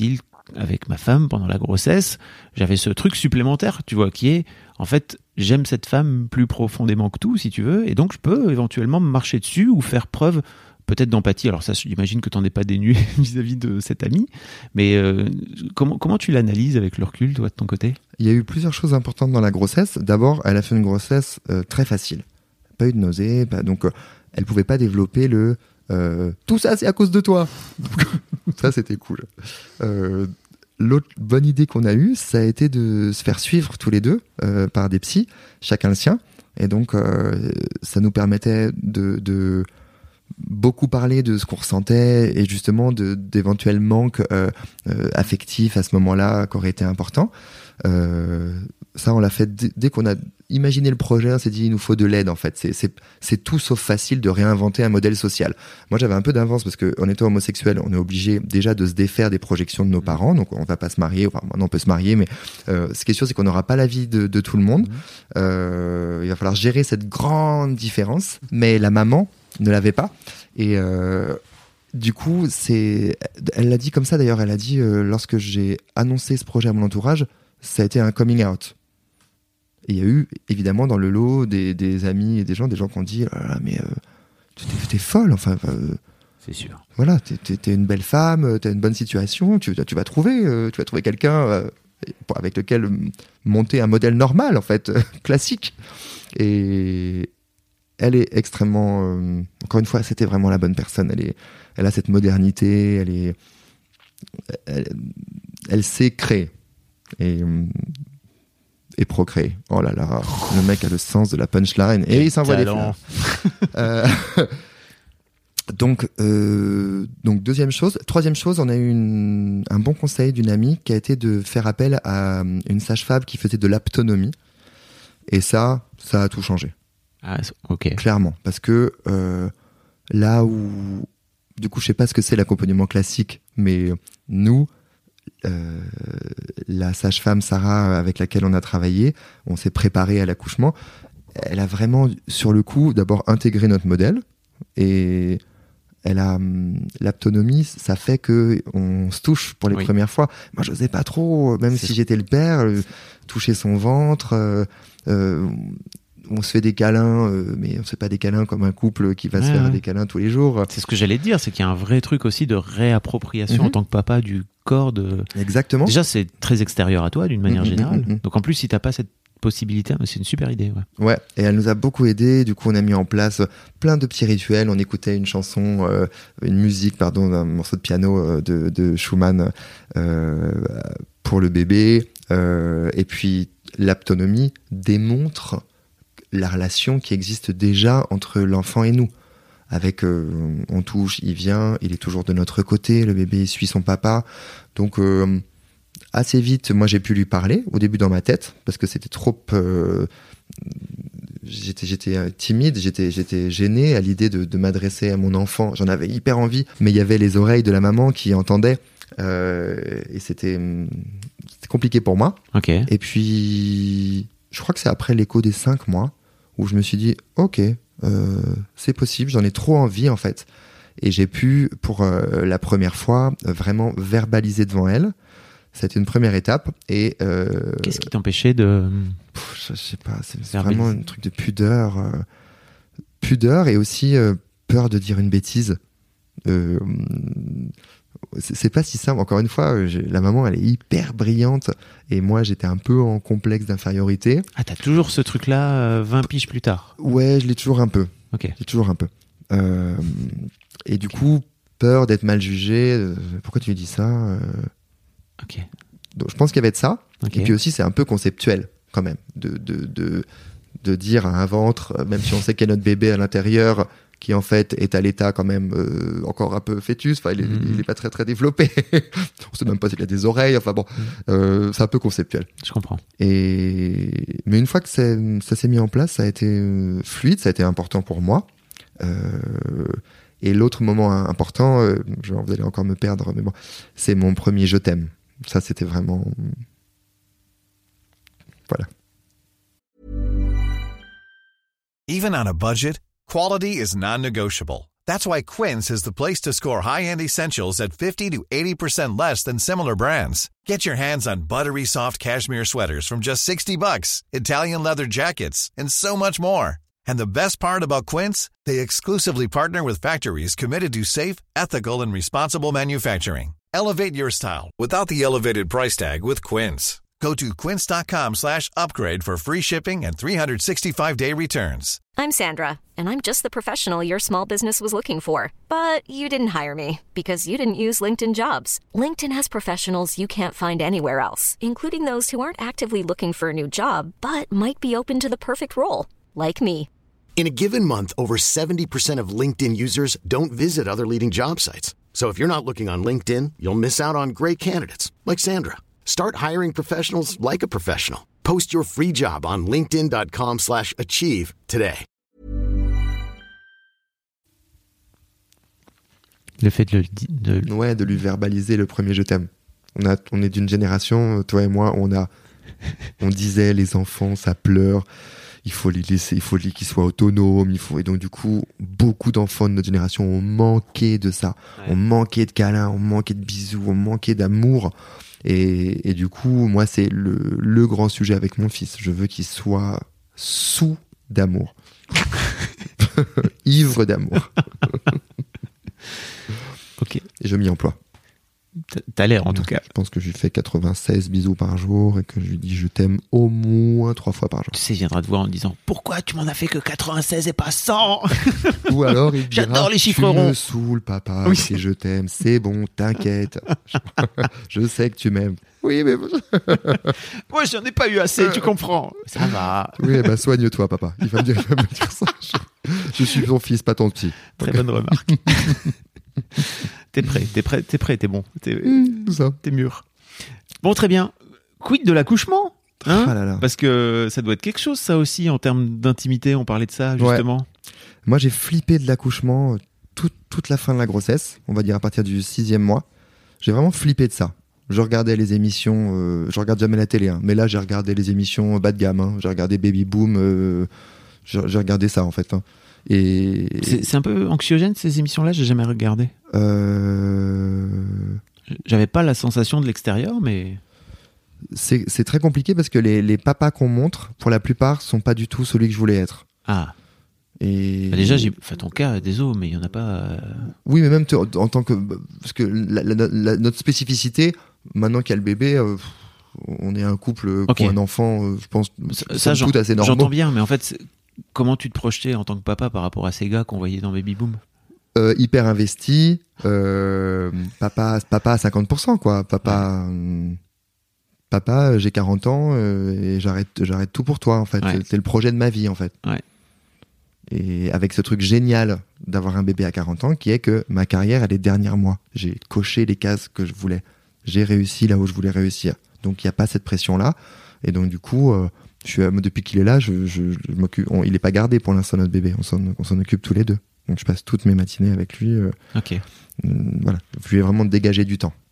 avec ma femme pendant la grossesse, j'avais ce truc supplémentaire, tu vois, qui est, en fait, j'aime cette femme plus profondément que tout, si tu veux, et donc je peux éventuellement me marcher dessus ou faire preuve peut-être d'empathie. Alors ça, j'imagine que tu n'en es pas dénué vis-à-vis de cette amie, mais euh, comment, comment tu l'analyses avec le recul, toi, de ton côté ? Il y a eu plusieurs choses importantes dans la grossesse. D'abord, elle a fait une grossesse euh, très facile. Pas eu de nausée, pas, donc euh, elle pouvait pas développer le euh, « tout ça, c'est à cause de toi ». Ça, c'était cool. Euh, l'autre bonne idée qu'on a eue, ça a été de se faire suivre tous les deux euh, par des psys, chacun le sien. Et donc, euh, ça nous permettait de... de beaucoup parler de ce qu'on ressentait et justement de, d'éventuels manques euh, euh, affectifs à ce moment-là qui auraient été importants. Euh, ça, on l'a fait d- dès qu'on a imaginé le projet, on s'est dit il nous faut de l'aide en fait. C'est, c'est, c'est tout sauf facile de réinventer un modèle social. Moi, j'avais un peu d'avance parce qu'en étant homosexuel, on est obligé déjà de se défaire des projections de nos parents. Donc, on va pas se marier. Enfin, maintenant, on peut se marier, mais euh, ce qui est sûr, c'est qu'on n'aura pas l'avis de, de tout le monde. Euh, il va falloir gérer cette grande différence. Mais la maman ne l'avait pas. Et euh, du coup, c'est, elle l'a dit comme ça d'ailleurs, elle a dit euh, lorsque j'ai annoncé ce projet à mon entourage, ça a été un coming out. Et il y a eu évidemment dans le lot des, des amis et des gens, des gens qui ont dit oh là là, mais euh, t'es, t'es folle, enfin. Euh, c'est sûr. Voilà, t'es, t'es, t'es une belle femme, t'as une bonne situation, tu, tu vas trouver, euh, tu vas trouver quelqu'un euh, avec lequel monter un modèle normal en fait, classique. Et elle est extrêmement, euh, encore une fois, c'était vraiment la bonne personne. Elle est, elle a cette modernité, elle est, elle, elle sait créer et, et procréer. Oh là là, le mec a le sens de la punchline et il s'envoie des fleurs. euh, donc, euh, donc deuxième chose, troisième chose, on a eu une, un bon conseil d'une amie qui a été de faire appel à une sage-femme qui faisait de l'aptonomie et ça, ça a tout changé. Ah, ok. Clairement, parce que euh, là où, du coup, je sais pas ce que c'est l'accompagnement classique, mais nous, euh, la sage-femme Sarah avec laquelle on a travaillé, on s'est préparé à l'accouchement. Elle a vraiment, sur le coup, d'abord intégré notre modèle et elle a l'aptonomie, ça fait que on se touche pour les oui. premières fois. Moi, j'osais pas trop, même c'est si j'étais le père, euh, toucher son ventre. Euh, euh, on se fait des câlins, euh, mais on se fait pas des câlins comme un couple qui va ouais, se faire ouais. des câlins tous les jours. C'est ce que j'allais te dire, c'est qu'il y a un vrai truc aussi de réappropriation mm-hmm. en tant que papa du corps. De... Exactement. Déjà, c'est très extérieur à toi d'une manière mm-hmm, générale. Mm-hmm. Donc en plus, si t'as pas cette possibilité, c'est une super idée. Ouais. ouais, et elle nous a beaucoup aidé. Du coup, on a mis en place plein de petits rituels. On écoutait une chanson, euh, une musique, pardon, un morceau de piano euh, de, de Schumann euh, pour le bébé. Euh, et puis, l'aptonomie démontre la relation qui existe déjà entre l'enfant et nous. Avec, euh, on touche, il vient, il est toujours de notre côté, le bébé suit son papa. Donc, euh, assez vite, moi j'ai pu lui parler, au début dans ma tête, parce que c'était trop... Euh, j'étais, j'étais timide, j'étais, j'étais gêné à l'idée de, de m'adresser à mon enfant. J'en avais hyper envie, mais il y avait les oreilles de la maman qui entendaient. Euh, et c'était, c'était compliqué pour moi. Okay. Et puis, je crois que c'est après l'écho des cinq mois, où je me suis dit, ok, euh, c'est possible, j'en ai trop envie en fait. Et j'ai pu, pour euh, la première fois, vraiment verbaliser devant elle. C'était une première étape. Et euh, qu'est-ce qui t'empêchait de... Pff, je sais pas, c'est, c'est vraiment un truc de pudeur. Euh, pudeur et aussi euh, peur de dire une bêtise. Euh, c'est, c'est pas si simple. Encore une fois, j'ai, la maman, elle est hyper brillante. Et moi, j'étais un peu en complexe d'infériorité. Ah, t'as toujours ce truc-là euh, vingt piges plus tard? Ouais, je l'ai toujours un peu. Ok. J'ai toujours un peu. Euh, et du okay. coup, peur d'être mal jugé. Euh, pourquoi tu lui dis ça euh, Ok. Donc, je pense qu'il y avait de ça. Okay. Et puis aussi, c'est un peu conceptuel, quand même, de, de, de, de dire à un ventre, même si on sait qu'il y a notre bébé à l'intérieur, qui en fait est à l'état quand même euh, encore un peu fœtus, enfin, il est, mmh. il est pas très très développé. On sait même pas s'il a des oreilles, enfin bon, mmh. euh, c'est un peu conceptuel. Je comprends. Et... Mais une fois que ça, ça s'est mis en place, ça a été fluide, ça a été important pour moi. Euh... Et l'autre moment important, euh, genre, vous allez encore me perdre, mais bon, c'est mon premier je t'aime. Ça, c'était vraiment... Voilà. Even on a budget, quality is non-negotiable. That's why Quince is the place to score high-end essentials at fifty to eighty percent less than similar brands. Get your hands on buttery soft cashmere sweaters from just sixty bucks, Italian leather jackets, and so much more. And the best part about Quince, they exclusively partner with factories committed to safe, ethical, and responsible manufacturing. Elevate your style without the elevated price tag with Quince. Go to quince.com slash upgrade for free shipping and three sixty-five day returns. I'm Sandra, and I'm just the professional your small business was looking for. But you didn't hire me because you didn't use LinkedIn Jobs. LinkedIn has professionals you can't find anywhere else, including those who aren't actively looking for a new job, but might be open to the perfect role, like me. In a given month, over seventy percent of LinkedIn users don't visit other leading job sites. So if you're not looking on LinkedIn, you'll miss out on great candidates like Sandra. Start hiring professionals like a professional. Post your free job on linkedin.com slash achieve today. Le fait de le de... Ouais, de lui verbaliser le premier je t'aime. On, a, on est d'une génération, toi et moi, on, a, on disait les enfants, ça pleure. Il faut les laisser, il faut qu'ils soient autonomes. Il faut... Et donc, du coup, beaucoup d'enfants de notre génération ont manqué de ça. Ouais. Ont manqué de câlins, ont manqué de bisous, ont manqué d'amour. Et, et du coup, moi, c'est le, le grand sujet avec mon fils. Je veux qu'il soit sous d'amour. Ivre d'amour. Ok. Et je m'y emploie. T'as l'air en tout cas. Je pense que je lui fais quatre-vingt-seize bisous par jour et que je lui dis je t'aime au moins trois fois par jour. Tu sais, il viendra te voir en disant pourquoi tu m'en as fait que quatre-vingt-seize et pas cent. Ou alors il dira j'adore les chiffres tu ronds. me saoules papa, oui. Si je t'aime, c'est bon, t'inquiète. Je sais que tu m'aimes. Oui mais moi j'en ai pas eu assez, tu comprends. Ça va. Oui bah soigne-toi papa. Il va me dire, il va me dire ça. Je, je suis ton fils, pas ton petit. Très bonne remarque. T'es prêt, t'es prêt, t'es prêt, t'es bon, t'es, mmh, ça. T'es mûr. Bon, très bien. Quid de l'accouchement, hein ah là là. Parce que ça doit être quelque chose, ça aussi, en termes d'intimité. On parlait de ça justement. Ouais. Moi, j'ai flippé de l'accouchement toute toute la fin de la grossesse. On va dire à partir du sixième mois. J'ai vraiment flippé de ça. Je regardais les émissions. Euh, je regarde jamais la télé, hein, mais là, j'ai regardé les émissions bas de gamme. Hein, j'ai regardé Baby Boom. Euh, j'ai, j'ai regardé ça en fait. Hein. Et c'est, c'est un peu anxiogène ces émissions-là, j'ai jamais regardé. Euh... J'avais pas la sensation de l'extérieur, mais c'est, c'est très compliqué parce que les, les papas qu'on montre, pour la plupart, sont pas du tout celui que je voulais être. Ah. Et bah déjà, j'ai fait ton cas, désolé, mais il y en a pas. Euh... Oui, mais même te, en tant que parce que la, la, la, notre spécificité, maintenant qu'il y a le bébé. Euh, on est un couple okay. Pour un enfant, euh, je pense, ça, ça tout assez normal. J'entends bien, mais en fait. C'est... Comment tu te projetais en tant que papa par rapport à ces gars qu'on voyait dans Baby Boom ? euh, Hyper investi, euh, papa, papa à cinquante pour cent quoi. Papa, ouais. euh, papa, j'ai quarante ans euh, et j'arrête, j'arrête tout pour toi en fait. Ouais. C'est, c'est le projet de ma vie en fait. Ouais. Et avec ce truc génial d'avoir un bébé à quarante ans qui est que ma carrière elle est derrière moi. J'ai coché les cases que je voulais. J'ai réussi là où je voulais réussir. Donc il n'y a pas cette pression là. Et donc du coup. Euh, Je suis, depuis qu'il est là, je, je, je m'occupe. On, il n'est pas gardé pour l'instant notre bébé. On s'en, on s'en occupe tous les deux. Donc je passe toutes mes matinées avec lui. Euh, ok. Euh, voilà. Je lui ai vraiment dégagé du temps.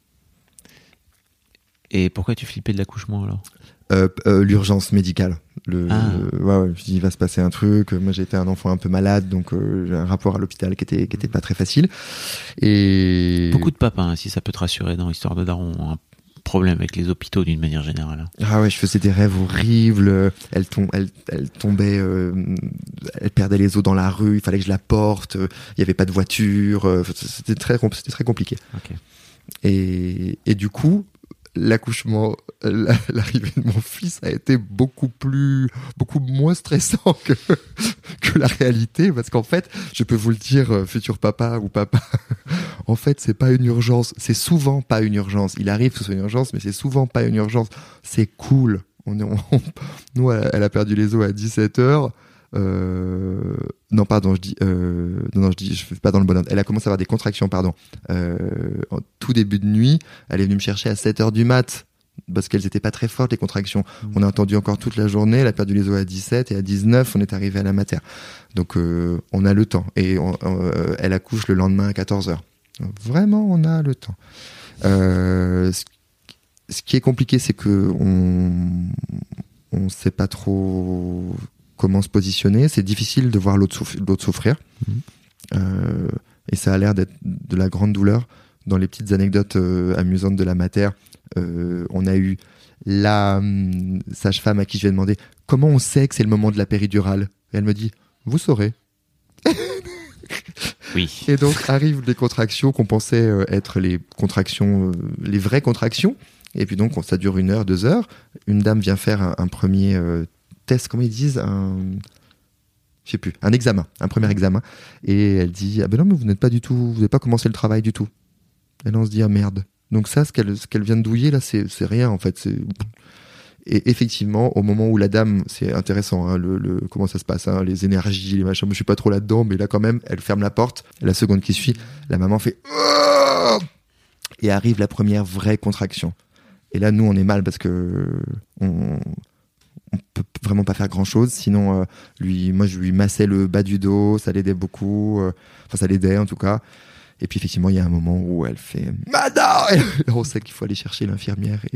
Et pourquoi tu flippais de l'accouchement alors ? euh, euh, L'urgence médicale. Le, ah. le, ouais, ouais, je dis, il va se passer un truc. Moi j'étais un enfant un peu malade, donc euh, j'ai un rapport à l'hôpital qui était qui était pas très facile. Et beaucoup de papas, hein, si ça peut te rassurer dans l'histoire de Daron. Hein. Problème avec les hôpitaux d'une manière générale. Ah ouais, je faisais des rêves horribles. Elle, tom- elle, elle tombait, euh, elle perdait les os dans la rue. Il fallait que je la porte. Il y avait pas de voiture. C'était très, c'était très compliqué. Okay. Et, et du coup, l'accouchement, l'arrivée de mon fils a été beaucoup plus, beaucoup moins stressant que, que la réalité, parce qu'en fait, je peux vous le dire, futur papa ou papa, en fait, c'est pas une urgence, c'est souvent pas une urgence. Il arrive que ce soit une urgence, mais c'est souvent pas une urgence. C'est cool. On est, on, nous, elle a perdu les os à dix-sept heures. Euh, non, pardon, je dis, euh, non, non, je dis, je fais pas dans le bon ordre. Elle a commencé à avoir des contractions, pardon. Euh, en tout début de nuit, elle est venue me chercher à sept heures du mat, parce qu'elles étaient pas très fortes, les contractions. Mmh. On a attendu encore toute la journée, elle a perdu les os à dix-sept, et à dix-neuf, on est arrivé à la mater. Donc, euh, on a le temps. Et on, euh, elle accouche le lendemain à quatorze heures. Vraiment, on a le temps. Euh, ce, ce qui est compliqué, c'est que on, on sait pas trop comment se positionner. C'est difficile de voir l'autre, souffrir, l'autre souffrir. Mmh. Euh, et ça a l'air d'être de la grande douleur. Dans les petites anecdotes euh, amusantes de la mater, euh, on a eu la hum, sage-femme à qui je vais demander comment on sait que c'est le moment de la péridurale. Et elle me dit, vous saurez. Oui. Et donc arrivent les contractions qu'on pensait euh, être les contractions, euh, les vraies contractions. Et puis donc ça dure une heure, deux heures. Une dame vient faire un, un premier euh, test, comment ils disent, un, je sais plus, un examen, un premier examen. Et elle dit, ah ben non, mais vous n'êtes pas du tout, vous n'avez pas commencé le travail du tout. Et là on se dit, ah merde. Donc ça, ce qu'elle, ce qu'elle vient de douiller là, c'est, c'est rien en fait. C'est... Et effectivement, au moment où la dame, c'est intéressant, hein, le, le, comment ça se passe, hein, les énergies, les machins, moi je suis pas trop là-dedans, mais là quand même, elle ferme la porte, la seconde qui suit, la maman fait oh et arrive la première vraie contraction. Et là, nous, on est mal parce que on, on peut vraiment pas faire grand-chose, sinon, euh, lui, moi je lui massais le bas du dos, ça l'aidait beaucoup, euh, enfin ça l'aidait en tout cas. Et puis effectivement, il y a un moment où elle fait « Madame !» Et on sait qu'il faut aller chercher l'infirmière. Et...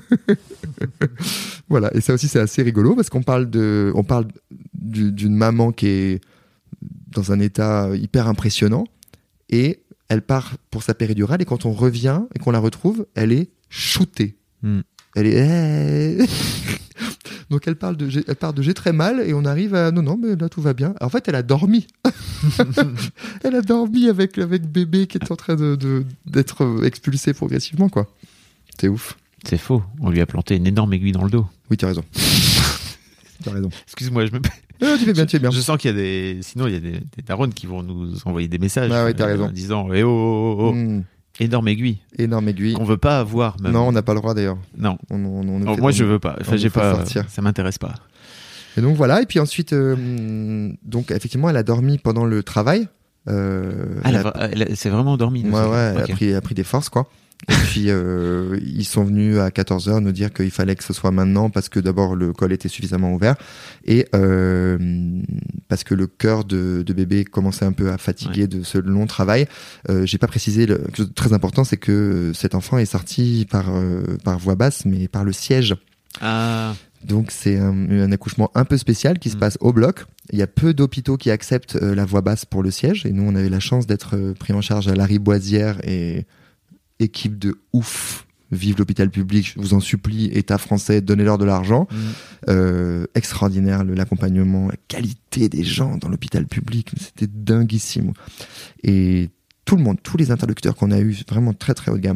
voilà. Et ça aussi, c'est assez rigolo parce qu'on parle, de, on parle du, d'une maman qui est dans un état hyper impressionnant et elle part pour sa péridurale et quand on revient et qu'on la retrouve, elle est shootée. Mm. Elle est... Donc elle parle de j'ai, elle part de j'ai très mal et on arrive à non non mais là tout va bien. En fait elle a dormi. Elle a dormi avec avec bébé qui est en train de, de d'être expulsé progressivement quoi. C'est ouf. C'est faux. On lui a planté une énorme aiguille dans le dos. Oui tu as raison. Tu as raison. Excuse-moi je me. Ah, tu fais bien, tu fais bien. Je sens qu'il y a des sinon il y a des, des darons qui vont nous envoyer des messages. Ah oui t'as euh, raison. En disant eh oh oh oh. Mm. Énorme aiguille. Énorme aiguille. Qu'on veut pas avoir même. Non on n'a pas le droit d'ailleurs. Non. On, on, on Alors, moi je veux pas. Enfin j'ai pas. Sortir. Ça m'intéresse pas. Et donc voilà, et puis ensuite, euh, donc effectivement, elle a dormi pendant le travail. Euh, ah, elle elle a, a... elle a, c'est vraiment dormi. Ouais, ouais, okay. elle, a pris, elle a pris des forces, quoi. Et puis, euh, ils sont venus à quatorze heures nous dire qu'il fallait que ce soit maintenant parce que d'abord, le col était suffisamment ouvert et euh, parce que le cœur de, de bébé commençait un peu à fatiguer ouais. de ce long travail. Euh, j'ai pas précisé, le, quelque chose de très important, c'est que cet enfant est sorti par, euh, par voie basse, mais par le siège. Ah... Donc c'est un, un accouchement un peu spécial qui se passe au bloc. Il y a peu d'hôpitaux qui acceptent euh, la voie basse pour le siège. Et nous, on avait la chance d'être euh, pris en charge à Lariboisière et équipe de ouf. Vive l'hôpital public, je vous en supplie, État français, donnez-leur de l'argent. Mmh. Euh, extraordinaire le, l'accompagnement, la qualité des gens dans l'hôpital public, c'était dinguissime. Et tout le monde, tous les interlocuteurs qu'on a eu, vraiment très très haut de gamme.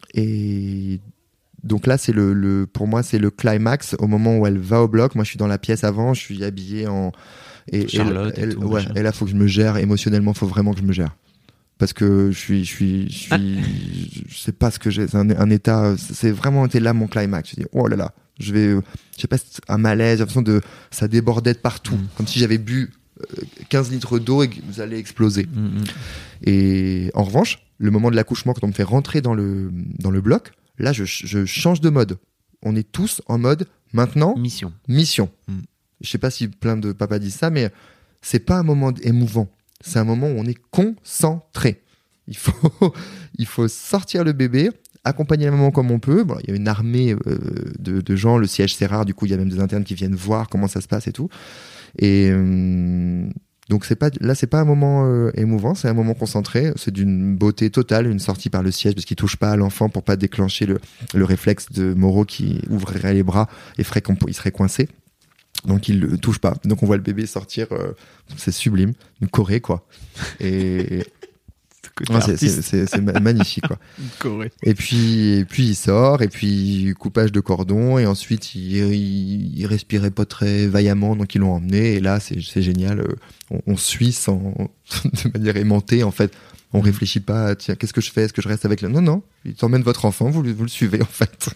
Et donc là, c'est le, le, pour moi, c'est le climax au moment où elle va au bloc. Moi, je suis dans la pièce avant, je suis habillé en et, Charlotte et, elle, et, tout, ouais, et là, faut que je me gère émotionnellement. Faut vraiment que je me gère parce que je suis, je suis, je suis, ah. je sais pas ce que j'ai. C'est un, un état. C'est vraiment été là mon climax. Je dis oh là là, je vais, je sais pas, un malaise, j'ai l'impression de, ça débordait de partout, mm. comme si j'avais bu quinze litres d'eau et que vous allez exploser. Mm-hmm. Et en revanche, le moment de l'accouchement, quand on me fait rentrer dans le dans le bloc. Là, je, je change de mode. On est tous en mode, maintenant, mission. Mission. Mm. Je sais pas si plein de papas disent ça, mais c'est pas un moment émouvant. C'est un moment où on est concentré. Il faut, il faut sortir le bébé, accompagner la maman comme on peut. Bon, il y a une armée euh, de, de gens, le siège c'est rare, du coup il y a même des internes qui viennent voir comment ça se passe et tout. Et euh, donc c'est pas, là c'est pas un moment euh, émouvant, c'est un moment concentré, c'est d'une beauté totale, une sortie par le siège parce qu'il touche pas à l'enfant pour pas déclencher le, le réflexe de Moreau qui ouvrirait les bras et ferait qu'il serait coincé. Donc il le touche pas. Donc on voit le bébé sortir, euh, c'est sublime, une Corée quoi. Et ouais, c'est, c'est, c'est, c'est magnifique quoi. Corée. Et puis, et puis il sort, et puis coupage de cordon, et ensuite il, il, il respirait pas très vaillamment, donc ils l'ont emmené, et là c'est, c'est génial, on, on suit sans, de manière aimantée en fait, on réfléchit pas, tiens qu'est-ce que je fais, est-ce que je reste avec le... Non, non, il t'emmène votre enfant, vous, vous le suivez en fait.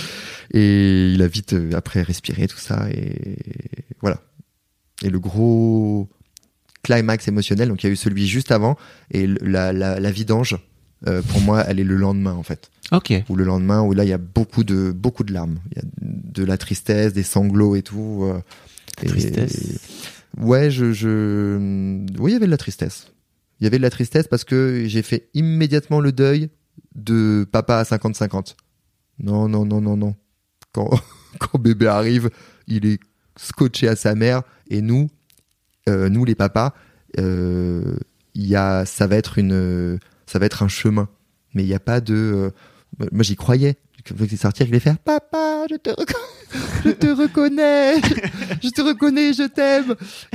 Et il a vite après respiré tout ça, et voilà. Et le gros... climax émotionnel, donc il y a eu celui juste avant et la, la, la vidange euh, pour moi elle est le lendemain en fait. Ok. Ou le lendemain où là il y a beaucoup de beaucoup de larmes, il y a de la tristesse, des sanglots et tout. Euh, et, tristesse. Et, ouais, je, je, oui il y avait de la tristesse. Il y avait de la tristesse parce que j'ai fait immédiatement le deuil de papa à cinquante cinquante. Non non non non non. Quand quand bébé arrive, il est scotché à sa mère et nous. Euh, nous les papas, euh, il y a, ça va être une, ça va être un chemin. Mais il n'y a pas de, euh, moi j'y croyais. Quand il allait sortir, je vais faire papa, je te, reconnais, je te reconnais, je te reconnais, je t'aime.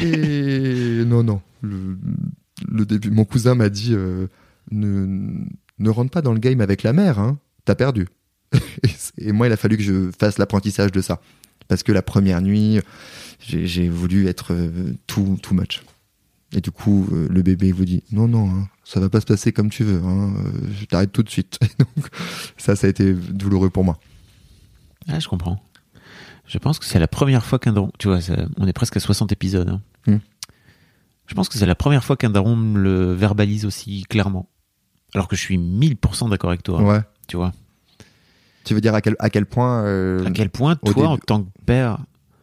Et non, non. Le, le début, mon cousin m'a dit euh, ne, ne rentre pas dans le game avec la mère, hein, t'as perdu. Et, et moi, il a fallu que je fasse l'apprentissage de ça. Parce que la première nuit, j'ai, j'ai voulu être euh, too, too much. Et du coup, euh, le bébé vous dit non, non, hein, ça va pas se passer comme tu veux, hein, euh, je t'arrête tout de suite. Et donc, ça, ça a été douloureux pour moi. Ah, je comprends. Je pense que c'est la première fois qu'un daron, tu vois, ça, on est presque à soixante épisodes. Hein. Mm. Je pense que c'est la première fois qu'un daron me le verbalise aussi clairement. Alors que je suis mille pour cent d'accord avec toi. Ouais. Hein, tu vois. Tu veux dire à quel, à quel point euh, À quel point, toi, début... en tant que père,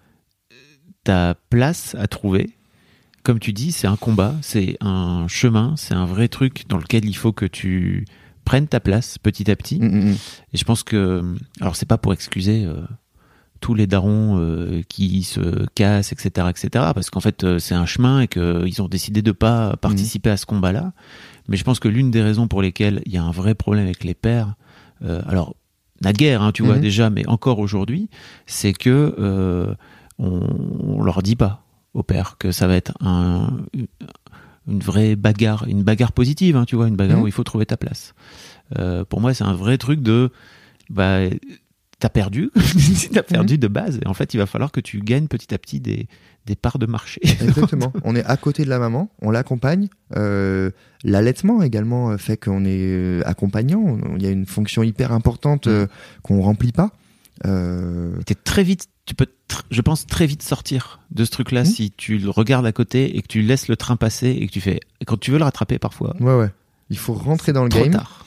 ta place à trouver. Comme tu dis, c'est un combat, c'est un chemin, c'est un vrai truc dans lequel il faut que tu prennes ta place petit à petit. Mmh. Et je pense que, alors c'est pas pour excuser euh, tous les darons euh, qui se cassent, et cetera, et cetera, parce qu'en fait euh, c'est un chemin et qu'ils ont décidé de pas participer mmh. à ce combat-là. Mais je pense que l'une des raisons pour lesquelles il y a un vrai problème avec les pères, euh, alors naguère, hein, tu mmh. vois déjà, mais encore aujourd'hui, c'est que euh, on, on leur dit pas au père que ça va être un, une vraie bagarre, une bagarre positive, hein, tu vois, une bagarre mmh. où il faut trouver ta place. Euh, pour moi, c'est un vrai truc de, bah, t'as perdu, t'as perdu mmh. de base, et en fait, il va falloir que tu gagnes petit à petit des, des parts de marché. Exactement. On est à côté de la maman, on l'accompagne. Euh, l'allaitement également fait qu'on est accompagnant. Il y a une fonction hyper importante mmh. euh, qu'on remplit pas. Euh... T'es très vite, tu peux, tr- je pense très vite sortir de ce truc-là mmh. si tu le regardes à côté et que tu laisses le train passer et que tu fais, et quand tu veux le rattraper parfois. Ouais ouais. Il faut rentrer dans le trop game. Tard.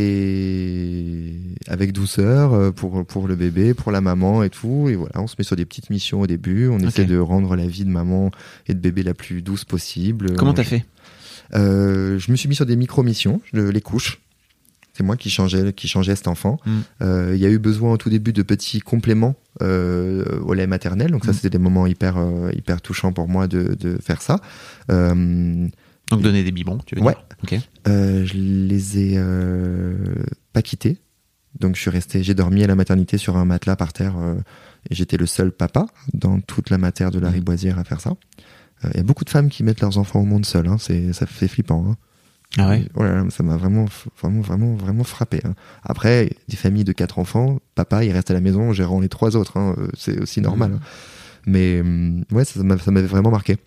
Et avec douceur pour pour le bébé, pour la maman et tout. Et voilà, on se met sur des petites missions au début. On okay. essaie de rendre la vie de maman et de bébé la plus douce possible. Comment on, t'as fait euh, Je me suis mis sur des micro-missions, les couches. C'est moi qui changeais, qui changeais cet enfant. Il mm. euh, y a eu besoin au tout début de petits compléments euh, au lait maternel. Donc ça, mm. c'était des moments hyper, euh, hyper touchants pour moi de, de faire ça. Euh, Donc donner des biberons, tu veux ouais. dire okay. euh, Je les ai euh, pas quittés. Donc je suis resté, j'ai dormi à la maternité sur un matelas par terre euh, et j'étais le seul papa dans toute la mater de la Riboisière à faire ça. Il euh, y a beaucoup de femmes qui mettent leurs enfants au monde seules. Hein. C'est, ça fait flippant. Hein. Ah ouais. Oh là là, ça m'a vraiment, vraiment, vraiment, vraiment frappé. Hein. Après, des familles de quatre enfants, papa, il reste à la maison gérant les trois autres. Hein. C'est aussi normal. Mmh. Hein. Mais ouais, ça, m'a, ça m'avait vraiment marqué.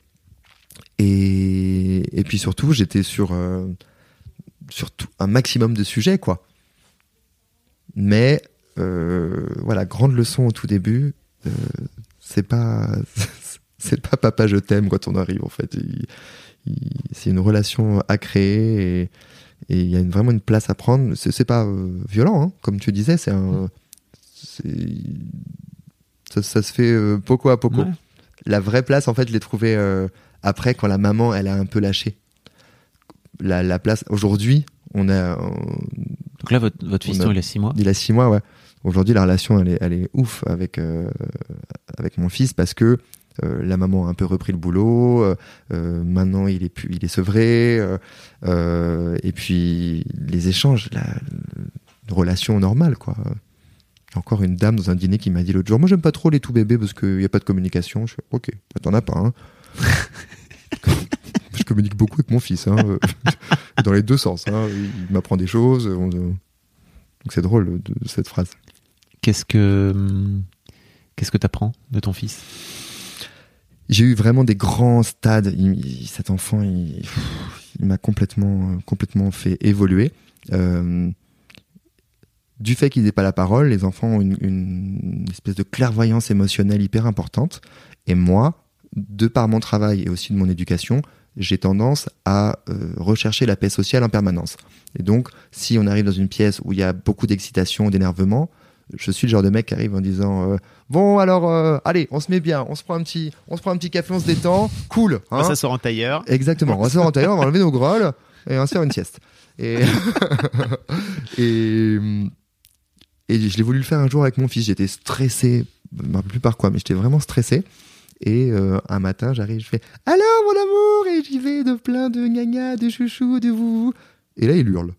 Et, et puis surtout, j'étais sur, euh, sur tout, un maximum de sujets, quoi. Mais euh, voilà, grande leçon au tout début. Euh, c'est pas, c'est pas papa, je t'aime quand on arrive. En fait, il, il, c'est une relation à créer et et il y a une, vraiment une place à prendre. C'est, c'est pas euh, violent, hein, comme tu disais. C'est un, c'est, ça, ça se fait euh, poco à poco. Ouais. La vraie place, en fait, je l'ai trouvée euh, après, quand la maman, elle a un peu lâché. La, la place, aujourd'hui, on a... On, Donc là, votre, votre fiston, a, il a six mois Il a six mois, ouais. Aujourd'hui, la relation, elle est, elle est ouf avec, euh, avec mon fils parce que euh, la maman a un peu repris le boulot. Euh, maintenant, il est, plus, il est sevré. Euh, et puis, les échanges, la, la relation normale, quoi. Il y a encore une dame dans un dîner qui m'a dit l'autre jour, moi, j'aime pas trop les tout bébés parce qu'il n'y a pas de communication. Je fais, ok, bah, t'en as pas, hein. Je communique beaucoup avec mon fils, hein, dans les deux sens. Hein. Il m'apprend des choses. On... Donc c'est drôle de, de cette phrase. Qu'est-ce que qu'est-ce que t'apprends de ton fils ? J'ai eu vraiment des grands stades. Il, il, cet enfant, il, il m'a complètement, complètement fait évoluer. Euh, du fait qu'ils n'aient pas la parole, les enfants ont une, une espèce de clairvoyance émotionnelle hyper importante. Et moi, de par mon travail et aussi de mon éducation, j'ai tendance à euh, rechercher la paix sociale en permanence. Et donc, si on arrive dans une pièce où il y a beaucoup d'excitation, d'énervement, je suis le genre de mec qui arrive en disant euh, bon alors euh, allez, on se met bien, on se prend un petit, on se prend un petit café, on se détend, cool. Hein, on s'asseoir en tailleur. Exactement, on va s'asseoir en tailleur, on va enlever nos grolles et on va se faire une sieste. Et et et je l'ai voulu le faire un jour avec mon fils. J'étais stressé, je ne me rappelle plus par quoi, mais j'étais vraiment stressé. Et euh, un matin, j'arrive, je fais « Alors, mon amour !» Et j'y vais de plein de gna-gna, de chouchou, de vous. Et là, il hurle.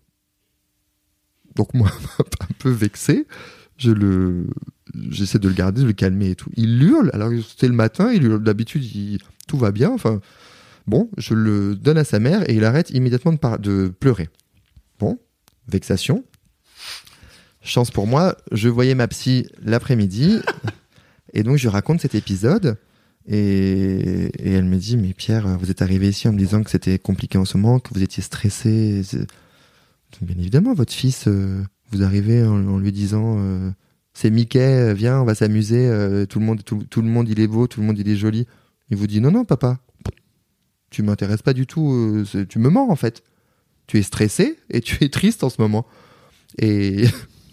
Donc moi, un peu vexé, je le... j'essaie de le garder, de le calmer et tout. Il hurle, alors c'était le matin, il hurle. D'habitude, il... tout va bien. Enfin, bon, je le donne à sa mère et il arrête immédiatement de, par... de pleurer. Bon, vexation. Chance pour moi, je voyais ma psy l'après-midi et donc je raconte cet épisode et... et elle me dit « Mais Pierre, vous êtes arrivé ici en me disant que c'était compliqué en ce moment, que vous étiez stressé. » Bien évidemment, votre fils, euh, vous arrivez en, en lui disant euh, c'est Mickey, viens, on va s'amuser, euh, tout le monde, tout, tout le monde, il est beau, tout le monde, il est joli. Il vous dit non, non, papa, tu m'intéresses pas du tout, euh, tu me mens en fait. Tu es stressé et tu es triste en ce moment. Et,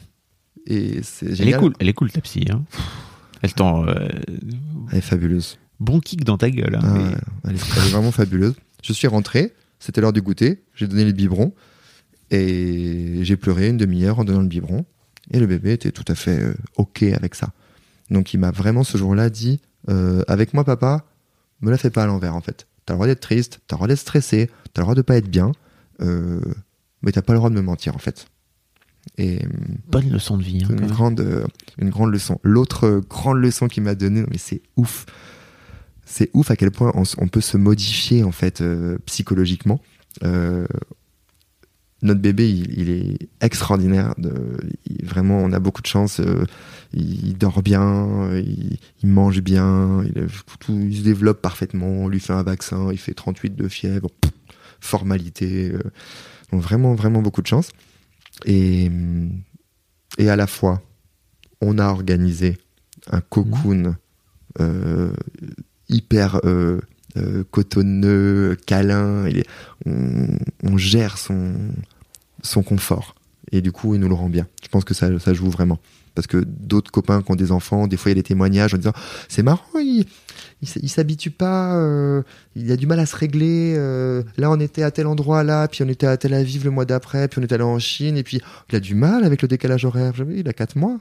et c'est génial. Elle est cool, elle est cool ta psy. Hein. Elle t'en. Euh... Elle est fabuleuse. Bon kick dans ta gueule. Hein, ah, mais... elle, est, elle est vraiment fabuleuse. Je suis rentré, c'était l'heure du goûter, j'ai donné les biberons. Et j'ai pleuré une demi-heure en donnant le biberon. Et le bébé était tout à fait euh, OK avec ça. Donc il m'a vraiment ce jour-là dit euh, avec moi papa, me la fais pas à l'envers en fait. T'as le droit d'être triste, t'as le droit d'être stressé, t'as le droit de pas être bien, euh, mais t'as pas le droit de me mentir en fait. Et bonne leçon de vie. Hein, une, grande, euh, une grande leçon. L'autre euh, grande leçon qu'il m'a donnée, mais c'est ouf. C'est ouf à quel point on, on peut se modifier en fait euh, psychologiquement. Euh, Notre bébé, il, il est extraordinaire. De, il, vraiment, on a beaucoup de chance. Euh, il, il dort bien, il, il mange bien, il, tout, il se développe parfaitement. On lui fait un vaccin, il fait trente-huit de fièvre, pff, formalité. Euh, donc vraiment, vraiment beaucoup de chance. Et, et à la fois, on a organisé un cocoon euh, hyper... Euh, Euh, cotonneux, câlin, il est, on, on gère son, son confort et du coup il nous le rend bien. Je pense que ça, ça joue vraiment parce que d'autres copains qui ont des enfants, des fois il y a des témoignages en disant c'est marrant, il, il, il s'habitue pas, euh, il a du mal à se régler, euh, là on était à tel endroit là, puis on était à Tel Aviv le mois d'après, puis on est allé en Chine et puis il a du mal avec le décalage horaire. Je, il a quatre mois.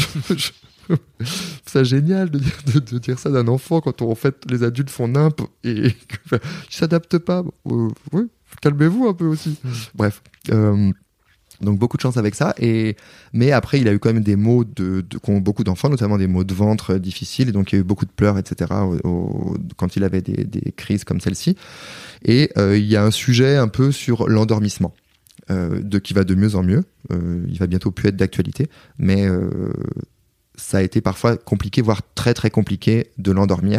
C'est génial de dire, de, de dire ça d'un enfant quand on, en fait les adultes font nimp et qu'ils s'adaptent pas. Euh, oui, calmez-vous un peu aussi. Mmh. Bref, euh, donc beaucoup de chance avec ça. Et mais après il a eu quand même des maux de, de qu'ont beaucoup d'enfants, notamment des maux de ventre difficiles. Et donc il y a eu beaucoup de pleurs, et cetera. Au, au, quand il avait des, des crises comme celle-ci. Et euh, il y a un sujet un peu sur l'endormissement. Euh, de qui va de mieux en mieux. Euh, il va bientôt plus être d'actualité, mais euh, ça a été parfois compliqué, voire très très compliqué de l'endormir.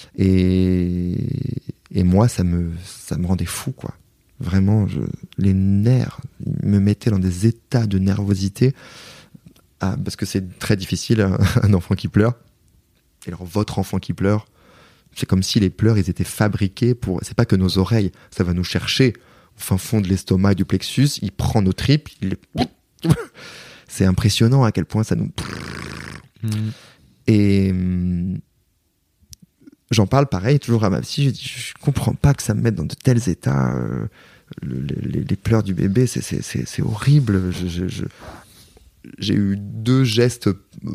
Et, et moi, ça me, ça me rendait fou, quoi. Vraiment, je, les nerfs me mettaient dans des états de nervosité. Ah, parce que c'est très difficile, un, un enfant qui pleure. Et alors, votre enfant qui pleure, c'est comme si les pleurs, ils étaient fabriqués pour... C'est pas que nos oreilles, ça va nous chercher au fin fond de l'estomac et du plexus, il prend nos tripes, il les... C'est impressionnant à quel point ça nous... Mmh. Et hum, j'en parle pareil toujours à ma psy, je dis je comprends pas que ça me mette dans de tels états, euh, le, les, les pleurs du bébé c'est, c'est, c'est, c'est horrible. je, je, je, j'ai eu deux gestes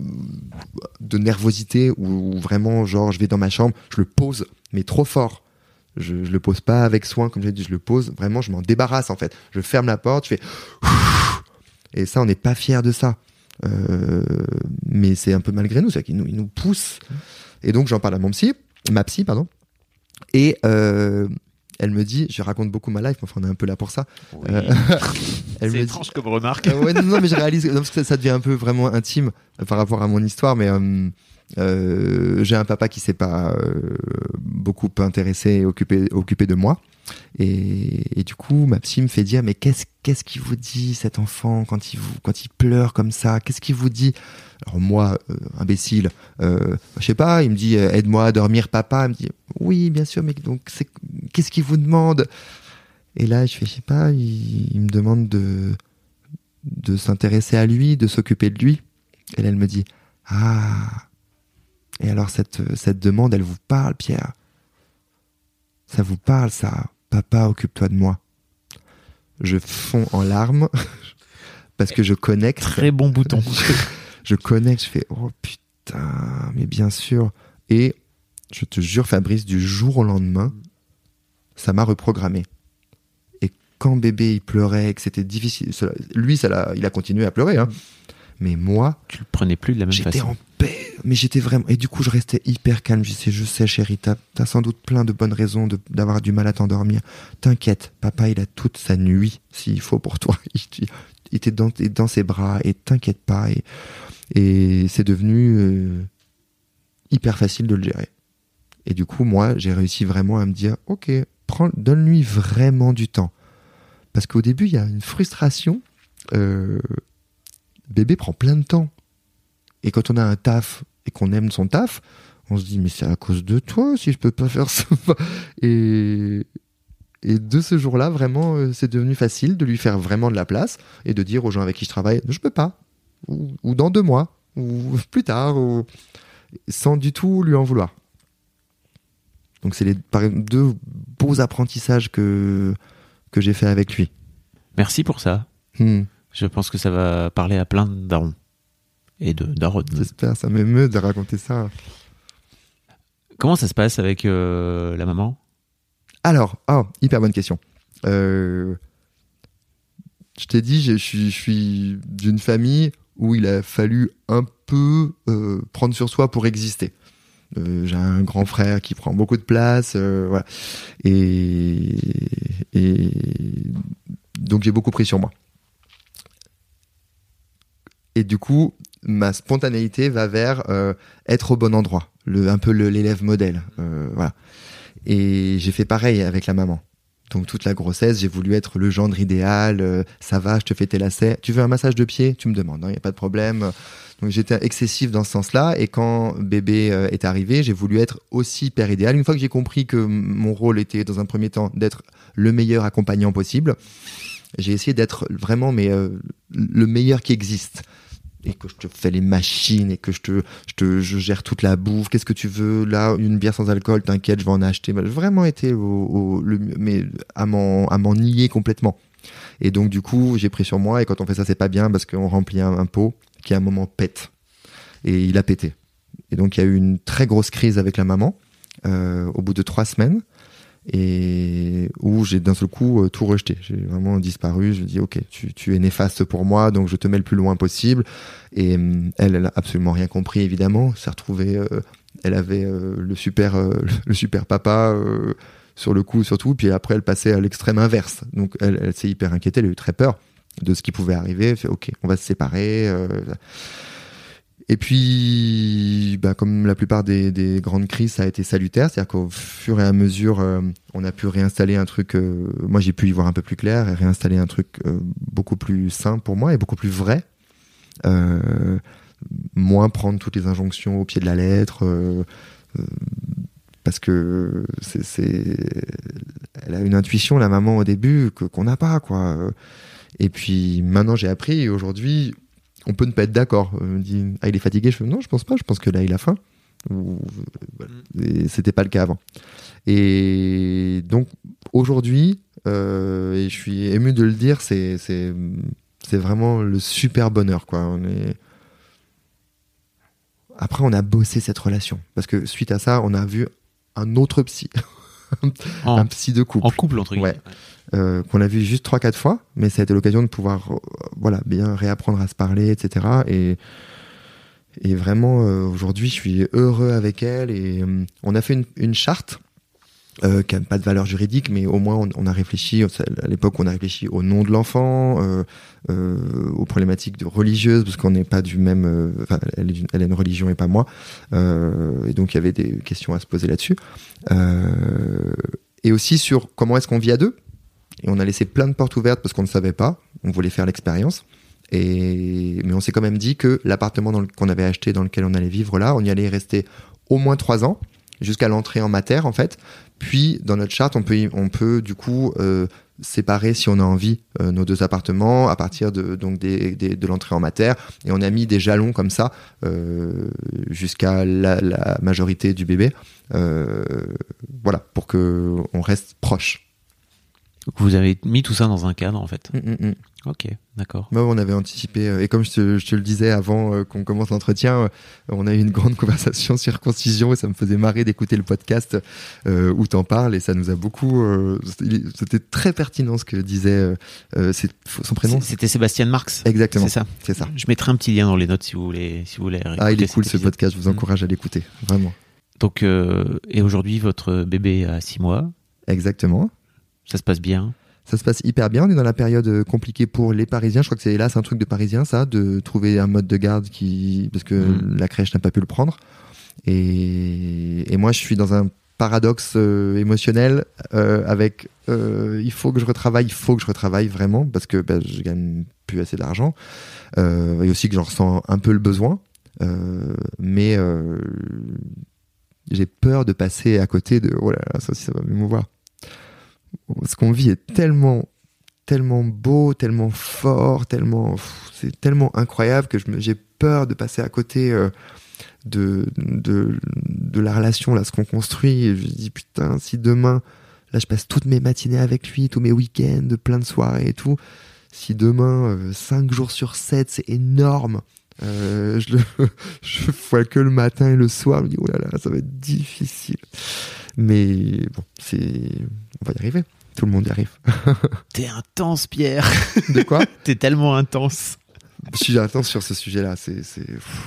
de nervosité où, où vraiment genre je vais dans ma chambre, je le pose mais trop fort, je, je le pose pas avec soin comme j'ai dit, je le pose vraiment, je m'en débarrasse en fait, je ferme la porte, je fais et ça on n'est pas fiers de ça. Euh, mais c'est un peu malgré nous, c'est qu'il nous, il nous pousse. Et donc j'en parle à mon psy, ma psy, pardon. Et euh, elle me dit, je raconte beaucoup ma life, mais enfin on est un peu là pour ça. Oui. Euh, elle c'est me étrange dit, comme remarque. Euh, ouais, non, non, mais je réalise non, parce que ça, ça devient un peu vraiment intime euh, par rapport à mon histoire, mais euh, euh, j'ai un papa qui s'est pas euh, beaucoup intéressé et occupé, occupé de moi. Et, et du coup, ma psy me fait dire, mais qu'est-ce, qu'est-ce qu'il vous dit, cet enfant, quand il, vous, quand il pleure comme ça? Qu'est-ce qu'il vous dit? Alors moi, euh, imbécile, euh, je sais pas, il me dit, euh, aide-moi à dormir, papa. Il me dit, oui, bien sûr, mais donc, c'est, qu'est-ce qu'il vous demande? Et là, je fais, je sais pas, il, il me demande de, de s'intéresser à lui, de s'occuper de lui. Et là, elle me dit, ah, et alors cette, cette demande, elle vous parle, Pierre? Ça vous parle, ça? Papa, occupe-toi de moi. Je fonds en larmes parce que je connecte. Très bon bouton. je, je connecte, je fais oh putain, mais bien sûr. Et je te jure Fabrice, du jour au lendemain, ça m'a reprogrammé. Et quand bébé il pleurait, que c'était difficile, cela, lui ça l'a, il a continué à pleurer, hein. Mais moi, tu le prenais plus de la même j'étais façon. en paix, mais j'étais vraiment, et du coup je restais hyper calme. Je disais, je sais chérie, t'as, t'as sans doute plein de bonnes raisons de, d'avoir du mal à t'endormir. T'inquiète, papa il a toute sa nuit s'il faut pour toi. Il, il était dans, dans ses bras et t'inquiète pas. Et, et c'est devenu euh, hyper facile de le gérer. Et du coup moi j'ai réussi vraiment à me dire, ok, prends, donne-lui vraiment du temps, parce qu'au début il y a une frustration. Euh, bébé prend plein de temps. Et quand on a un taf et qu'on aime son taf, on se dit mais c'est à cause de toi si je peux pas faire ça. Et, et de ce jour-là, vraiment, euh, c'est devenu facile de lui faire vraiment de la place et de dire aux gens avec qui je travaille, je peux pas, ou, ou dans deux mois, ou plus tard, ou... sans du tout lui en vouloir. Donc c'est les deux beaux apprentissages que, que j'ai fait avec lui. Merci pour ça. Hmm. Je pense que ça va parler à plein de darons. Et de daronnes. J'espère, ça m'émeut de raconter ça. Comment ça se passe avec euh, la maman ? Alors, oh, hyper bonne question. Euh, je t'ai dit, je suis, je suis d'une famille où il a fallu un peu euh, prendre sur soi pour exister. Euh, j'ai un grand frère qui prend beaucoup de place, euh, voilà. Et, et donc j'ai beaucoup pris sur moi. Et du coup, ma spontanéité va vers euh, être au bon endroit, le, un peu le, l'élève modèle, euh, voilà. Et j'ai fait pareil avec la maman. Donc toute la grossesse, j'ai voulu être le gendre idéal. Euh, ça va, je te fais tes lacets. Tu veux un massage de pied ? Tu me demandes, il n'y a pas de problème. Donc j'étais excessif dans ce sens-là. Et quand bébé euh, est arrivé, j'ai voulu être aussi père idéal. Une fois que j'ai compris que mon rôle était, dans un premier temps, d'être le meilleur accompagnant possible, j'ai essayé d'être vraiment mais, euh, le meilleur qui existe. Et que je te fais les machines et que je te, je te je gère toute la bouffe. Qu'est-ce que tu veux ? Là, une bière sans alcool, t'inquiète, je vais en acheter. J'ai vraiment été au, au, le, mais à m'en, à m'en nier complètement. Et donc, du coup, j'ai pris sur moi. Et quand on fait ça, c'est pas bien parce qu'on remplit un, un pot qui, à un moment, pète. Et il a pété. Et donc, il y a eu une très grosse crise avec la maman euh, au bout de trois semaines. Et où j'ai d'un seul coup euh, tout rejeté. J'ai vraiment disparu. Je me dis ok, tu, tu es néfaste pour moi, donc je te mets le plus loin possible. Et euh, elle, elle a absolument rien compris évidemment. S'est retrouvée, euh, elle avait euh, le super, euh, le super papa euh, sur le coup surtout. Puis après, elle passait à l'extrême inverse. Donc elle, elle s'est hyper inquiétée. Elle a eu très peur de ce qui pouvait arriver. Elle fait ok, on va se séparer. Euh, Et puis, bah, comme la plupart des, des grandes crises, ça a été salutaire. C'est-à-dire qu'au fur et à mesure, euh, on a pu réinstaller un truc... Euh, moi, j'ai pu y voir un peu plus clair et réinstaller un truc euh, beaucoup plus sain pour moi et beaucoup plus vrai. Euh, moins prendre toutes les injonctions au pied de la lettre. Euh, euh, parce que c'est, c'est... elle a une intuition, la maman, au début, que, qu'on n'a pas, quoi. Et puis, maintenant, j'ai appris. Et aujourd'hui... on peut ne pas être d'accord. On me dit, ah, il est fatigué. Je fais, non, je pense pas. Je pense que là, il a faim. Ou, voilà. Et c'était pas le cas avant. Et donc, aujourd'hui, euh, et je suis ému de le dire, c'est, c'est, c'est vraiment le super bonheur, quoi. On est... Après, on a bossé cette relation. Parce que suite à ça, on a vu un autre psy. En, un psy de couple. En couple, entre guillemets. Ouais. Euh, qu'on a vu juste trois quatre fois, mais ça a été l'occasion de pouvoir euh, voilà, bien réapprendre à se parler, et cetera. Et, et vraiment, euh, aujourd'hui, je suis heureux avec elle. Et euh, on a fait une, une charte euh, qui n'a pas de valeur juridique, mais au moins on, on a réfléchi, à l'époque on a réfléchi au nom de l'enfant, euh, euh, aux problématiques de religieuses, parce qu'on n'est pas du même... Euh, enfin, elle, elle a une religion et pas moi. Euh, et donc il y avait des questions à se poser là-dessus. Euh, et aussi sur comment est-ce qu'on vit à deux. Et on a laissé plein de portes ouvertes parce qu'on ne savait pas. On voulait faire l'expérience. Et... mais on s'est quand même dit que l'appartement dans le... qu'on avait acheté, dans lequel on allait vivre là, on y allait rester au moins trois ans, jusqu'à l'entrée en mater, en fait. Puis, dans notre charte, on peut, y... on peut du coup euh, séparer, si on a envie, euh, nos deux appartements à partir de, donc des, des, de l'entrée en mater. Et on a mis des jalons comme ça euh, jusqu'à la, la majorité du bébé. Euh, voilà, pour qu'on reste proche. Donc vous avez mis tout ça dans un cadre en fait. Mm, mm, mm. Ok, d'accord. Moi, on avait anticipé, euh, et comme je te, je te le disais avant euh, qu'on commence l'entretien, euh, on a eu une grande conversation sur circoncision et ça me faisait marrer d'écouter le podcast euh, où t'en parles et ça nous a beaucoup. Euh, c'était très pertinent ce que disait euh, euh, c'est, son prénom. C'était Sébastien Marx. Exactement. C'est ça. C'est ça. Je mettrai un petit lien dans les notes si vous voulez, si vous voulez. Ah, il est cool ce épisode. podcast. Je vous encourage à l'écouter, vraiment. Donc, euh, et aujourd'hui, votre bébé a six mois. Exactement. Ça se passe bien. Ça se passe hyper bien. On est dans la période compliquée pour les Parisiens. Je crois que c'est là, c'est un truc de Parisien, ça, de trouver un mode de garde qui, parce que mmh. la crèche n'a pas pu le prendre. Et, et moi, je suis dans un paradoxe euh, émotionnel euh, avec, euh, il faut que je retravaille, il faut que je retravaille vraiment parce que bah, je gagne plus assez d'argent euh, et aussi que j'en ressens un peu le besoin. Euh, mais euh, j'ai peur de passer à côté de, oh là là, ça aussi, ça va m'émouvoir. Ce qu'on vit est tellement, tellement beau, tellement fort, tellement, pff, c'est tellement incroyable que je me, j'ai peur de passer à côté euh, de, de, de la relation, là, ce qu'on construit. Et je me dis, putain, si demain, là, je passe toutes mes matinées avec lui, tous mes week-ends, plein de soirées et tout. Si demain, euh, cinq jours sur sept, c'est énorme. Euh, je le, je vois que le matin et le soir. Je me dis, oh là là, ça va être difficile. Mais bon, c'est, on va y arriver. Tout le monde y arrive. T'es intense, Pierre. De quoi ? T'es tellement intense. Je suis intense sur ce sujet-là. C'est, c'est,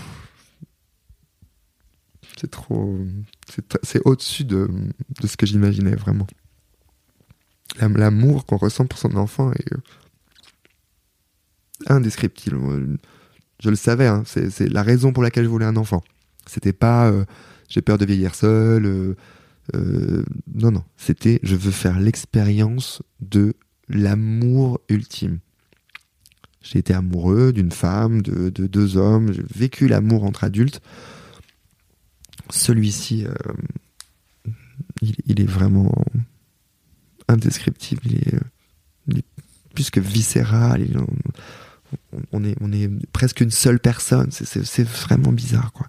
c'est trop, c'est, c'est au-dessus de, de ce que j'imaginais vraiment. L'amour qu'on ressent pour son enfant est indescriptible. Je le savais. Hein, c'est, c'est la raison pour laquelle je voulais un enfant. C'était pas, euh, j'ai peur de vieillir seul. Euh, Euh, non, non, c'était je veux faire l'expérience de l'amour ultime. J'ai été amoureux d'une femme, de, de deux hommes, j'ai vécu l'amour entre adultes. Celui-ci, euh, il, il est vraiment indescriptible, il est, il est plus que viscéral, il, on, on, est, on est presque une seule personne, c'est, c'est, c'est vraiment bizarre, quoi.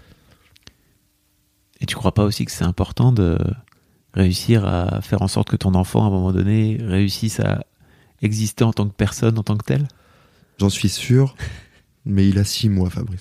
Et tu crois pas aussi que c'est important de réussir à faire en sorte que ton enfant, à un moment donné, réussisse à exister en tant que personne, en tant que tel ? J'en suis sûr, mais il a six mois, Fabrice.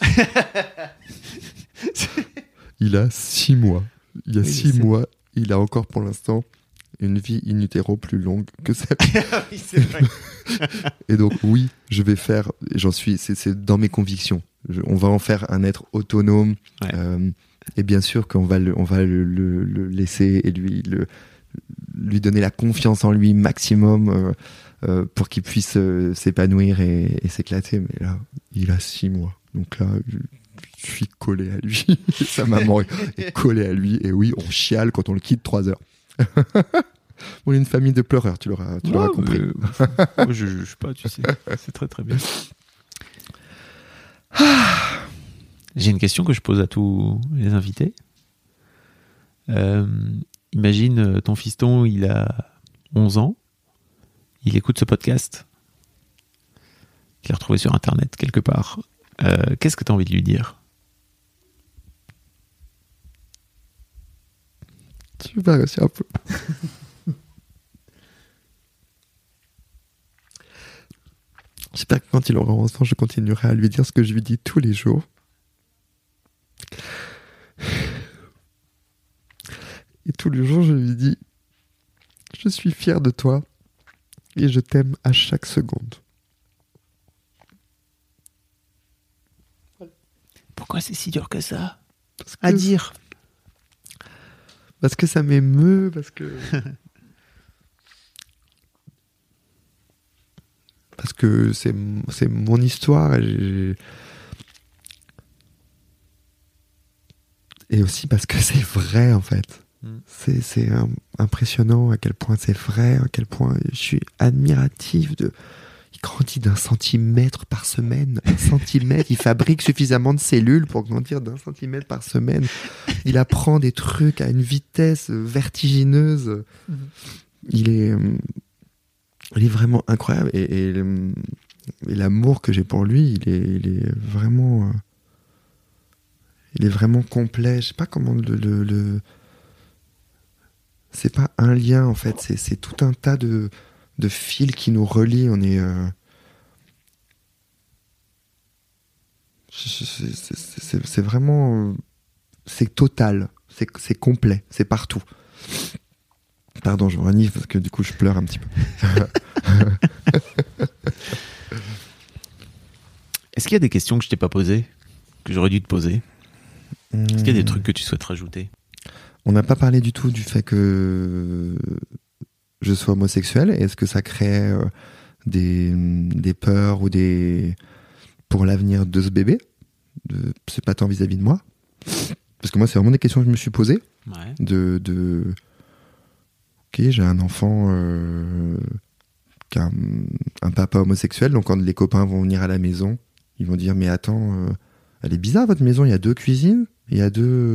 Il a six mois. Il y a oui, six mois, il a encore pour l'instant une vie in utero plus longue que sa vie. Oui, c'est vrai. Et donc oui, je vais faire, j'en suis, c'est, c'est dans mes convictions. Je, on va en faire un être autonome. Ouais. Euh, Et bien sûr qu'on va le, on va le, le, le laisser et lui, le, lui donner la confiance en lui maximum euh, euh, pour qu'il puisse euh, s'épanouir et, et s'éclater. Mais là, il a six mois. Donc là, je, je suis collé à lui. Sa maman est collée à lui. Et oui, on chiale quand on le quitte trois heures. On est une famille de pleureurs, tu l'auras, tu l'auras oh, compris. Moi, je ne juge pas, tu sais. C'est très très bien. J'ai une question que je pose à tous les invités. Euh, imagine ton fiston, il a onze ans, il écoute ce podcast, il l'a retrouvé sur Internet quelque part. Euh, qu'est-ce que tu as envie de lui dire ? Tu vas réussir un peu. J'espère que quand il aura onze ans, je continuerai à lui dire ce que je lui dis tous les jours. Et tous les jours, je lui dis « Je suis fier de toi et je t'aime à chaque seconde. » Pourquoi c'est si dur que ça parce que à dire ? Parce que ça m'émeut, parce que... parce que c'est, c'est mon histoire et j'ai... Et aussi parce que c'est vrai, en fait. Mm. C'est, c'est um, impressionnant à quel point c'est vrai, à quel point je suis admiratif de... Il grandit d'un centimètre par semaine. Un centimètre, il fabrique suffisamment de cellules pour grandir d'un centimètre par semaine. Il apprend des trucs à une vitesse vertigineuse. Mm. Il est... Um, il est vraiment incroyable. Et, et, et l'amour que j'ai pour lui, il est, il est vraiment... Euh, il est vraiment complet. Je sais pas comment le, le, le... c'est pas un lien en fait. C'est, c'est tout un tas de de fil qui nous relie. On est... Euh... C'est, c'est, c'est, c'est vraiment... C'est total. C'est, c'est complet. C'est partout. Pardon, je me renifle parce que du coup, je pleure un petit peu. Est-ce qu'il y a des questions que je t'ai pas posées, que j'aurais dû te poser ? Est-ce qu'il y a des trucs que tu souhaites rajouter ? On n'a pas parlé du tout du fait que je sois homosexuel. Est-ce que ça crée euh, des, des peurs ou des... pour l'avenir de ce bébé ? de... C'est pas tant vis-à-vis de moi. Parce que moi, c'est vraiment des questions que je me suis posées. Ouais. De, de... Ok, j'ai un enfant euh, qui a un, un papa homosexuel. Donc quand les copains vont venir à la maison, ils vont dire « Mais attends, euh, elle est bizarre votre maison, il y a deux cuisines, il y a deux... Euh... »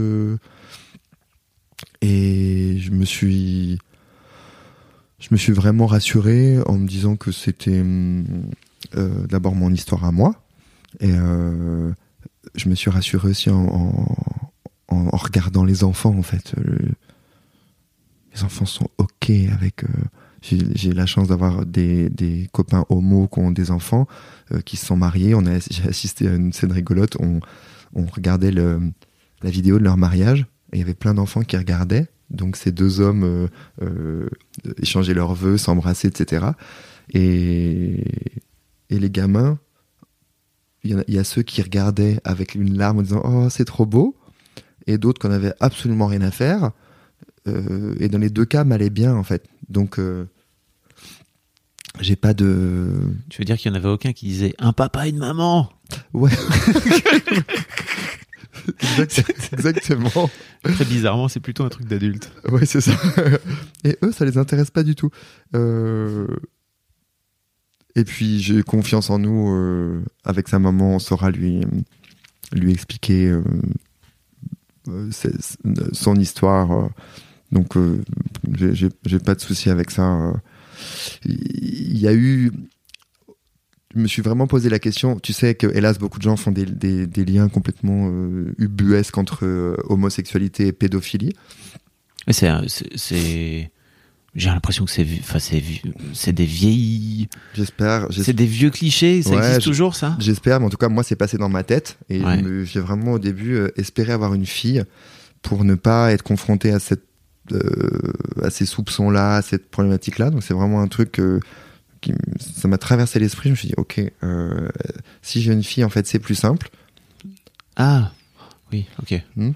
Et je me suis, je me suis vraiment rassuré en me disant que c'était euh, d'abord mon histoire à moi, et euh, je me suis rassuré aussi en, en, en regardant les enfants en fait. Le, les enfants sont ok avec. Euh, j'ai, j'ai la chance d'avoir des, des copains homos qui ont des enfants euh, qui se sont mariés. On a, j'ai assisté à une scène rigolote. On, on regardait le, la vidéo de leur mariage. Et il y avait plein d'enfants qui regardaient, donc ces deux hommes euh, euh, échanger leurs vœux, s'embrasser, et cetera. Et, et les gamins, il y, y a ceux qui regardaient avec une larme en disant « Oh, c'est trop beau », et d'autres qui n'en avaient absolument rien à faire. Euh, et dans les deux cas, m'allait bien, en fait. Donc, euh, j'ai pas de... Tu veux dire qu'il n'y en avait aucun qui disait « Un papa et une maman » ? Ouais. Exact, exactement. Très bizarrement, c'est plutôt un truc d'adulte. Ouais, c'est ça. Et eux, ça les intéresse pas du tout. Euh... Et puis, j'ai confiance en nous. Euh... Avec sa maman, on saura lui, lui expliquer euh... c'est, c'est, son histoire. Euh... Donc, euh... j'ai, j'ai, j'ai pas de souci avec ça. Il y a eu... Je me suis vraiment posé la question. Tu sais que, hélas, beaucoup de gens font des, des, des liens complètement euh, ubuesques entre euh, homosexualité et pédophilie. Mais c'est, c'est, c'est... J'ai l'impression que c'est, enfin, c'est, c'est des vieilles. J'espère. j'espère. C'est des vieux clichés. Ça ouais, existe toujours, ça ? J'espère, mais en tout cas, moi, c'est passé dans ma tête. Et ouais. je me, j'ai vraiment, au début, euh, espéré avoir une fille pour ne pas être confronté à, cette, euh, à ces soupçons-là, à cette problématique-là. Donc, c'est vraiment un truc. Euh, Qui, ça m'a traversé l'esprit. Je me suis dit, ok, euh, si j'ai une fille, en fait, c'est plus simple. Ah, oui, ok. Mmh.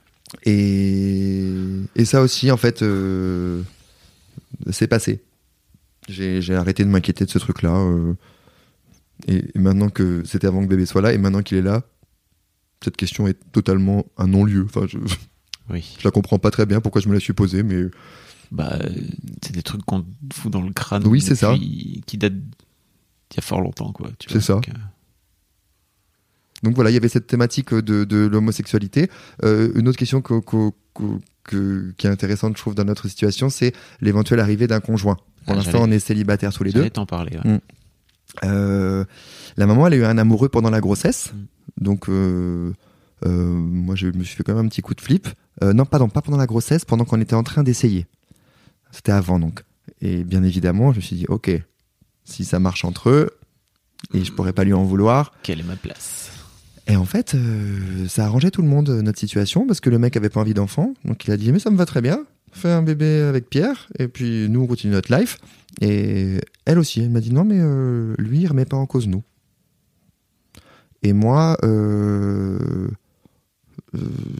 Et, et ça aussi, en fait, euh, c'est passé. J'ai, j'ai arrêté de m'inquiéter de ce truc-là. Euh, et, et maintenant que c'était avant que bébé soit là, et maintenant qu'il est là, cette question est totalement un non-lieu. Enfin, je, oui. je la comprends pas très bien pourquoi je me la suis posée, mais. Bah, c'est des trucs qu'on te fout dans le crâne. Oui, c'est ça. Qui datent d'il y a fort longtemps, quoi. Tu c'est vois, ça. Donc, euh... donc voilà, il y avait cette thématique de, de l'homosexualité. Euh, une autre question que, que, que, que, qui est intéressante, je trouve, dans notre situation, c'est l'éventuelle arrivée d'un conjoint. Pour ah, l'instant, on est célibataires tous les j'allais deux. t'en parler. Ouais. Mmh. Euh, la maman, elle a eu un amoureux pendant la grossesse. Mmh. Donc, euh, euh, moi, je me suis fait quand même un petit coup de flip. Euh, non, pardon, pas pendant la grossesse, pendant qu'on était en train d'essayer. C'était avant, donc. Et bien évidemment, je me suis dit, ok, si ça marche entre eux, et je pourrais pas lui en vouloir. Quelle est ma place ? Et en fait, euh, ça arrangeait tout le monde, notre situation, parce que le mec avait pas envie d'enfant. Donc il a dit, mais ça me va très bien, fais un bébé avec Pierre, et puis nous, on continue notre life. Et elle aussi, elle m'a dit, non, mais euh, lui, il remet pas en cause nous. Et moi, euh, euh,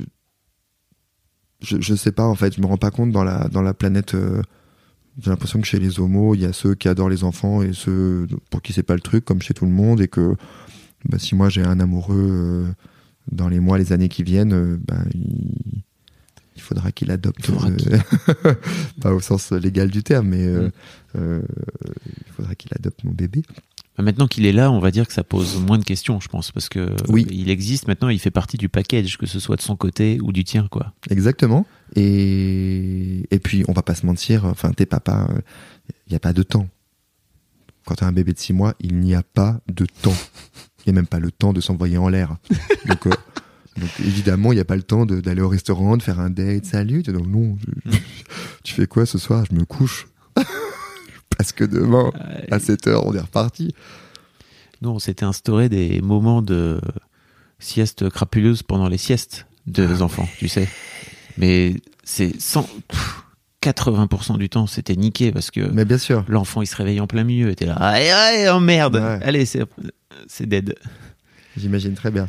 je, je sais pas, en fait, je me rends pas compte dans la, dans la planète. Euh, j'ai l'impression que chez les homos, il y a ceux qui adorent les enfants et ceux pour qui c'est pas le truc, comme chez tout le monde, et que bah, si moi j'ai un amoureux euh, dans les mois, les années qui viennent, euh, bah, il, il faudra qu'il adopte. Il faudra euh, qu'il... pas au sens légal du terme, mais euh, mmh. euh, il faudra qu'il adopte mon bébé. Maintenant qu'il est là, on va dire que ça pose moins de questions, je pense, parce que oui. il existe maintenant, il fait partie du package, que ce soit de son côté ou du tien, quoi. Exactement. Et, et puis, on va pas se mentir, enfin, t'es papa, il euh, n'y a pas de temps. Quand t'as un bébé de six mois, il n'y a pas de temps. Il n'y a même pas le temps de s'envoyer en l'air. Donc, euh, donc évidemment, il n'y a pas le temps de, d'aller au restaurant, de faire un date, salut. Donc, non, je, je, tu fais quoi ce soir ? Je me couche. Parce que demain, euh, à sept heures, on est reparti. Nous, on s'était instauré des moments de sieste crapuleuse pendant les siestes des enfants, tu sais. Mais c'est cent, quatre-vingts pour cent du temps, c'était niqué parce que Mais bien sûr. l'enfant, il se réveille en plein milieu, était là, allez, allez, oh merde, Ouais. allez, c'est, c'est dead. J'imagine très bien.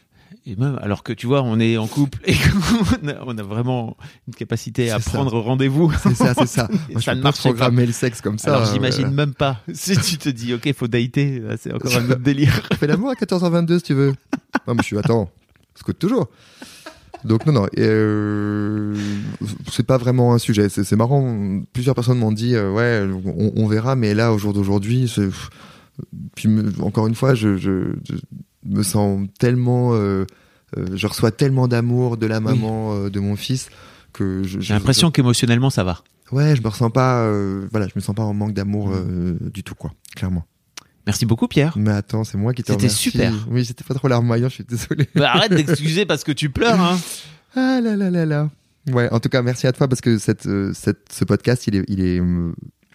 Et même, alors que tu vois, on est en couple et qu'on a, on a vraiment une capacité à C'est ça. prendre rendez-vous. C'est ça, c'est ça. Moi, Ça je ne peux pas marchait pas. programmer le sexe comme ça. Alors euh, j'imagine voilà. même pas. Si tu te dis, ok, faut dater, là, c'est encore un autre délire. Fais l'amour à quatorze heures vingt-deux si tu veux. Non, mais je suis, attends, scoute toujours. Donc, non, non, et, euh, c'est pas vraiment un sujet. C'est, c'est marrant. Plusieurs personnes m'ont dit, euh, ouais, on, on verra, mais là, au jour d'aujourd'hui, c'est... Puis, me- encore une fois, je, je, je me sens tellement. Euh, euh, je reçois tellement d'amour de la maman, euh, de mon fils, que je, J'ai l'impression qu'émotionnellement ça va. je- ouais, je me ressens pas. Euh, voilà, je me sens pas en manque d'amour euh, du tout, quoi, clairement. Merci beaucoup Pierre. Mais attends, c'est moi qui te C'était remercie. super. Oui, c'était pas trop larmoyant, je suis désolé. Bah, arrête d'excuser parce que tu pleures. Hein. Ah là là là là. Ouais, en tout cas, merci à toi parce que cette, euh, cette, ce podcast, il est, il est, euh,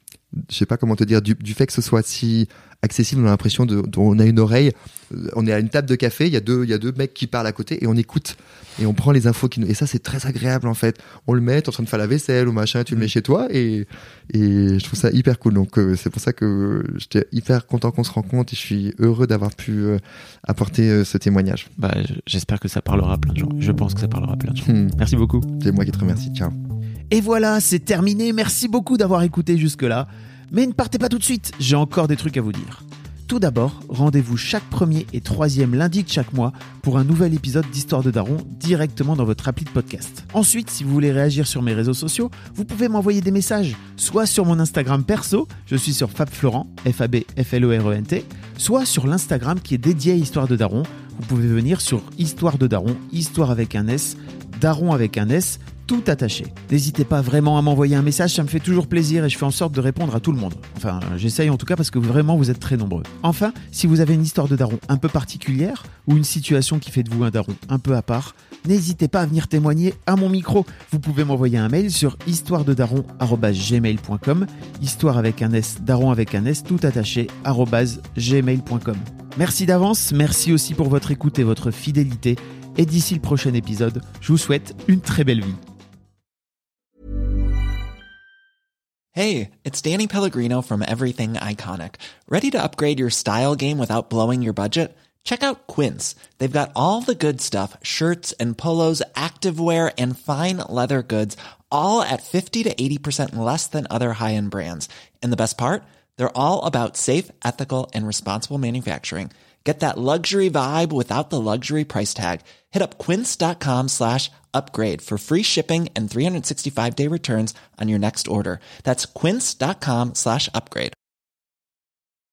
je sais pas comment te dire, du, du fait que ce soit si accessible, on a l'impression de, de- on a une oreille, euh, on est à une table de café, il y a deux, il y a deux mecs qui parlent à côté et on écoute et on prend les infos qui nous, et ça c'est très agréable en fait. On le met, t'es en train de faire la vaisselle ou machin, tu le mets chez toi et, et je trouve ça hyper cool. Donc euh, c'est pour ça que j'étais hyper content qu'on se rencontre et je suis heureux d'avoir pu euh, apporter euh, ce témoignage. Bah, je- j'espère que ça parlera à plein de gens. Je pense que ça parlera à plein de gens. Hmm. Merci beaucoup. C'est moi qui te remercie. Ciao. Et voilà, c'est terminé. Merci beaucoup d'avoir écouté jusque-là. Mais ne partez pas tout de suite, j'ai encore des trucs à vous dire. Tout d'abord, rendez-vous chaque premier et troisième lundi de chaque mois pour un nouvel épisode d'Histoire de Daron directement dans votre appli de podcast. Ensuite, si vous voulez réagir sur mes réseaux sociaux, vous pouvez m'envoyer des messages, soit sur mon Instagram perso, je suis sur FabFlorent, F A B F L O R E N T, soit sur l'Instagram qui est dédié à Histoire de Daron. Vous pouvez venir sur Histoire de Daron, Histoire avec un S, Daron avec un S, tout attaché. N'hésitez pas vraiment à m'envoyer un message, ça me fait toujours plaisir et je fais en sorte de répondre à tout le monde. Enfin, j'essaye en tout cas parce que vraiment vous êtes très nombreux. Enfin, si vous avez une histoire de daron un peu particulière ou une situation qui fait de vous un daron un peu à part, n'hésitez pas à venir témoigner à mon micro. Vous pouvez m'envoyer un mail sur histoire de daron arobase gmail point com, histoire avec un S, daron avec un S, tout attaché, arobase gmail point com. Merci d'avance, merci aussi pour votre écoute et votre fidélité. Et d'ici le prochain épisode, je vous souhaite une très belle vie. Hey, it's Danny Pellegrino from Everything Iconic. Ready to upgrade your style game without blowing your budget? Check out Quince. They've got all the good stuff, shirts and polos, activewear, and fine leather goods, all at fifty to eighty percent less than other high-end brands. And the best part? They're all about safe, ethical, and responsible manufacturing. Get that luxury vibe without the luxury price tag. Hit up quince.com slash upgrade for free shipping and three sixty-five day returns on your next order. That's quince.com slash upgrade.